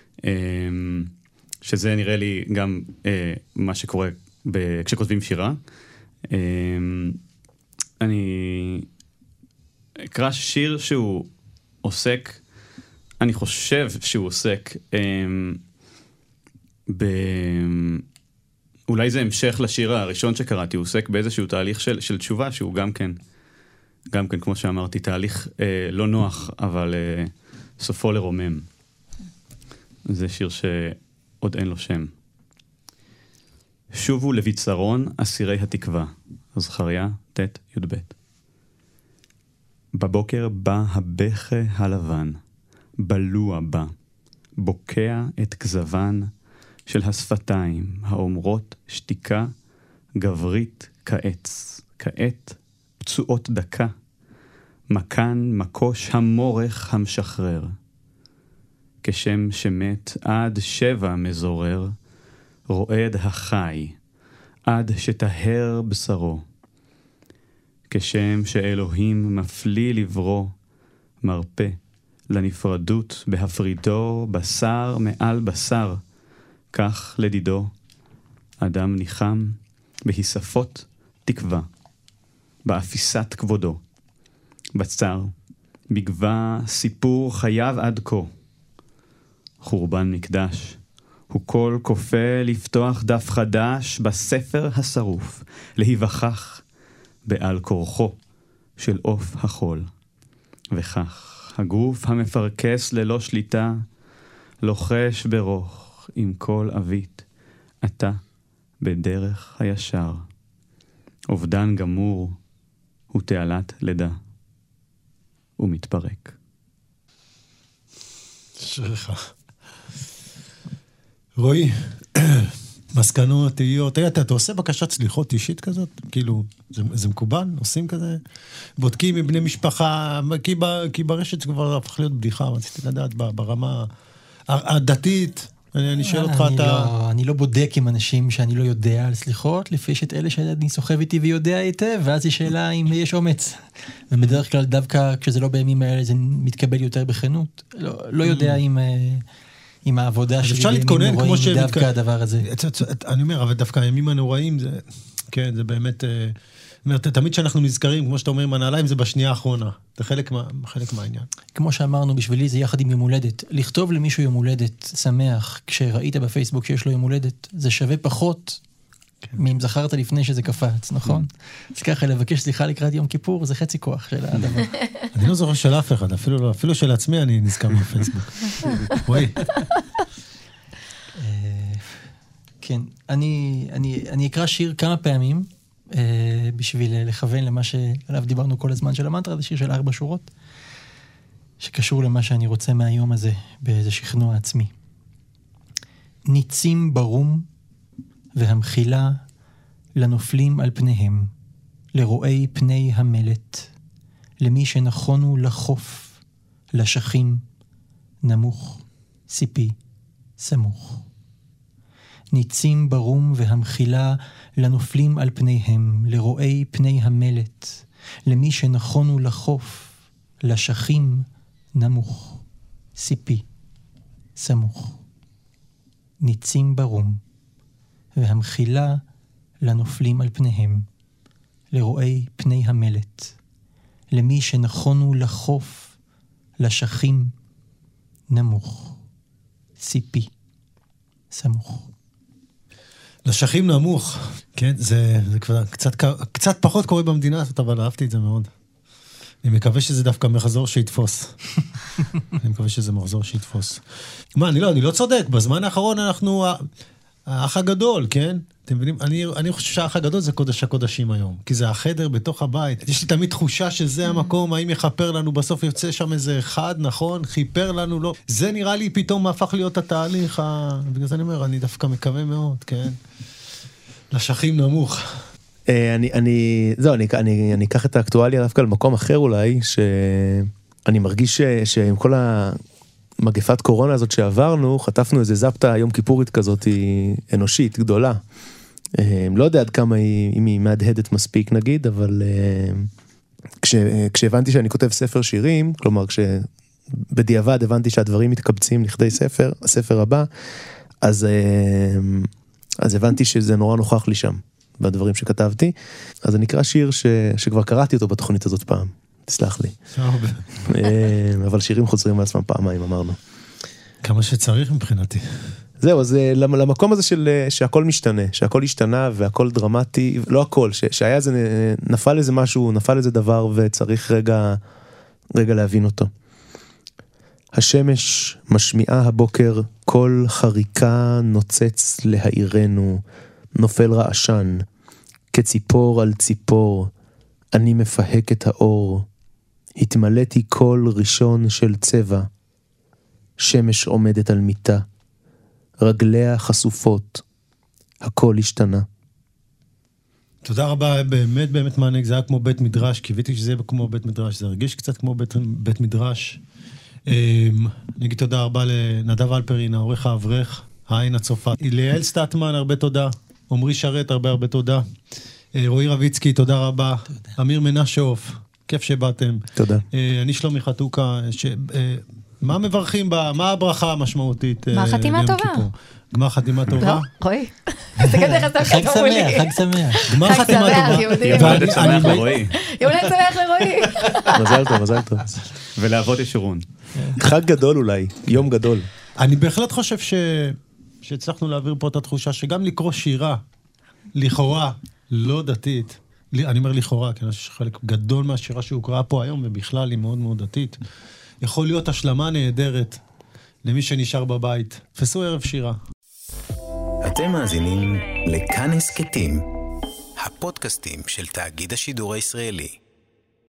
שזה נראה לי גם מה שקורה כשכותבים שירה. אני אקרא שיר שהוא עוסק, אני חושב שהוא עוסק אולי זה המשך לשיר הראשון שקראתי, הוא עוסק באיזשהו תהליך של תשובה, שהוא גם כן, כמו שאמרתי, תהליך לא נוח, אבל סופו לרומם. זה שיר שעוד אין לו שם. שובו לביצרון אסירי התקווה, זכריה ט' י"ב. בבוקר בא הבכה הלבן, בלוע בא, בוקע את כזבן של השפתיים, האומרות שתיקה גברית כעץ, כעת פצועות דקה, מכן מקוש המורך המשחרר. כשם שמת עד 7 מזורר, רועד החי, עד שטהר בשרו. כשם שאלוהים מפליא לברוא, מרפא לנפרדות בהפרידו בשר מעל בשר, כך לדידו, אדם ניחם בהיספות תקווה, באפיסת כבודו, בצר, בגבה סיפור חייו עד כה. חורבן מקדש, הוא כל כופה לפתוח דף חדש בספר השרוף, להיווכח בעל כורחו של עוף החול. וכך, הגוף המפרקס ללא שליטה, לוחש ברוך עם כל אבית, אתה בדרך הישר. אובדן גמור הוא תעלת לידה, ומתפרק. שלך. רועי, מסקנות, תהיות, אתה עושה בקשת סליחות אישית כזאת? כאילו, זה מקובל? עושים כזה? בודקים מבני משפחה, כי ברשת זה כבר הפך להיות בדיחה, רציתי לדעת ברמה הדתית, אני שואל אותך, אני לא בודק עם אנשים שאני לא יודע על סליחות, לפי שאת אלה שאני סוחב איתי ויודע היטב, ואז היא שאלה אם יש אומץ. ובדרך כלל דווקא כשזה לא בימים האלה, זה מתקבל יותר בכנות. לא יודע עם העבודה שלי, אפשר להתכונן כמו דווקא הדבר הזה. אני אומר, אבל דווקא הימים הנוראים, כן, זה באמת, תמיד שאנחנו נזכרים, כמו שאתה אומר עם הנעליים, זה בשנייה האחרונה. זה חלק מהעניין. כמו שאמרנו, בשבילי זה יחד עם יום הולדת. לכתוב למישהו יום הולדת שמח, כשראית בפייסבוק שיש לו יום הולדת, זה שווה פחות מאם זכרת לפני שזה קפץ, נכון? אז ככה, לבקש סליחה לקראת יום כיפור, זה חצי כוח של האדם. אני לא זוכר של אף אחד, אפילו של עצמי אני נזכר בפייסבוק. רועי. כן, אני אקרא שיר כמה פעמים, בשביל לכוון למה שעליו דיברנו כל הזמן של המנטרה, זה שיר של 4 שורות. שקשור למה שאני רוצה מהיום הזה, באיזה שכנוע עצמי. ניצים ברום והמחילה לנופלים על פניהם, לרואי פני המלט, למי שנכונו לחוף, לשכים, נמוך, סיפי, סמוך. ניצים ברום והמחילה לנופלים על פניהם, לרואי פני המלט, למי שנכונו לחוף, לשכים, נמוך, סיפי, סמוך. ניצים ברום והמחילה לנופלים על פניהם, לרואי פני המלט, למי שנכונו לחוף, לשכים, נמוך, סיפי, סמוך. לשכים נמוך, כן, זה כבר קצת פחות קורה במדינה הזאת, אבל אהבתי את זה מאוד. אני מקווה שזה דווקא מחזור שיתפוס. אני מקווה שזה מחזור שיתפוס. מה, אני לא צודק, בזמן האחרון אנחנו האח הגדול, כן? אתם מבינים? אני חושב שהאח הגדול זה קודש הקודשים היום, כי זה החדר בתוך הבית. יש לי תמיד תחושה שזה המקום, האם יחפר לנו, בסוף יוצא שם איזה אחד, נכון? חיפר לנו, לא. זה נראה לי פתאום הפך להיות התהליך, בגלל זה אני אומר, אני דווקא מקווה מאוד, כן? לשכים נמוך. אני אקח את האקטואליה דווקא למקום אחר אולי, שאני מרגיש שעם כל המגפת קורונה הזאת שעברנו, חטפנו איזה זפטה יום כיפורית כזאת אנושית, גדולה. לא יודע עד כמה אם היא מהדהדת מספיק נגיד, אבל כשהבנתי שאני כותב ספר שירים, כלומר כשבדיעבד הבנתי שהדברים מתקבצים לכדי הספר הבא, אז הבנתי שזה נורא נוכח לי שם. בדברים שכתבתי, אז אני אקרא שיר שכבר קראתי אותו בתוכנית הזאת פעם, תסלח לי. אבל שירים חוזרים על עצמם פעמיים, אמרנו. כמה שצריך מבחינתי. זהו, אז למקום הזה שהכל משתנה, שהכל השתנה והכל דרמטי, לא הכל, שהיה איזה, נפל איזה משהו, נפל איזה דבר וצריך רגע להבין אותו. השמש משמיעה הבוקר, כל חריקה נוצץ להעירנו, נופל רעשן, כציפור על ציפור, אני מפהק את האור, התמלאתי כל ראשון של צבע, שמש עומדת על מיטה, רגליה חשופות, הכל השתנה. תודה רבה, באמת באמת מענק, זה היה כמו בית מדרש, קיוויתי שזה יהיה כמו בית מדרש, זה הרגיש קצת כמו בית מדרש. נגיד תודה רבה לנדב אלפרין, העורך האברך, העין הצופה, ליאל סטטמן, הרבה תודה. עומרי שרת, הרבה תודה. רועי רביצקי, תודה רבה. אמיר מנשוף, כיף שבאתם. תודה. אני שלומי חתוקה, מה מברכים בה? מה הברכה המשמעותית? מה חתימה טובה? גמר חתימה טובה? לא, רועי. זה כדי חסר חג שמח, חג שמח. גמר חתימה טובה. יום הולדת שמח לרועי. יום הולדת שמח לרועי. מזל טוב. ולאבות ישורון. חג גדול אולי, יום גדול. אני בהחלט חושב שהצלחנו להעביר פה את התחושה שגם לקרוא שירה, לכאורה, לא דתית, אני אומר לכאורה, כי אני חושב שחלק גדול מהשירה שהוקראה פה היום, ובכלל היא מאוד מאוד דתית, יכול להיות השלמה נהדרת למי שנשאר בבית. תפסו ערב שירה. אתם מאזינים לכאן הסכתים, הפודקאסטים של תאגיד השידור הישראלי.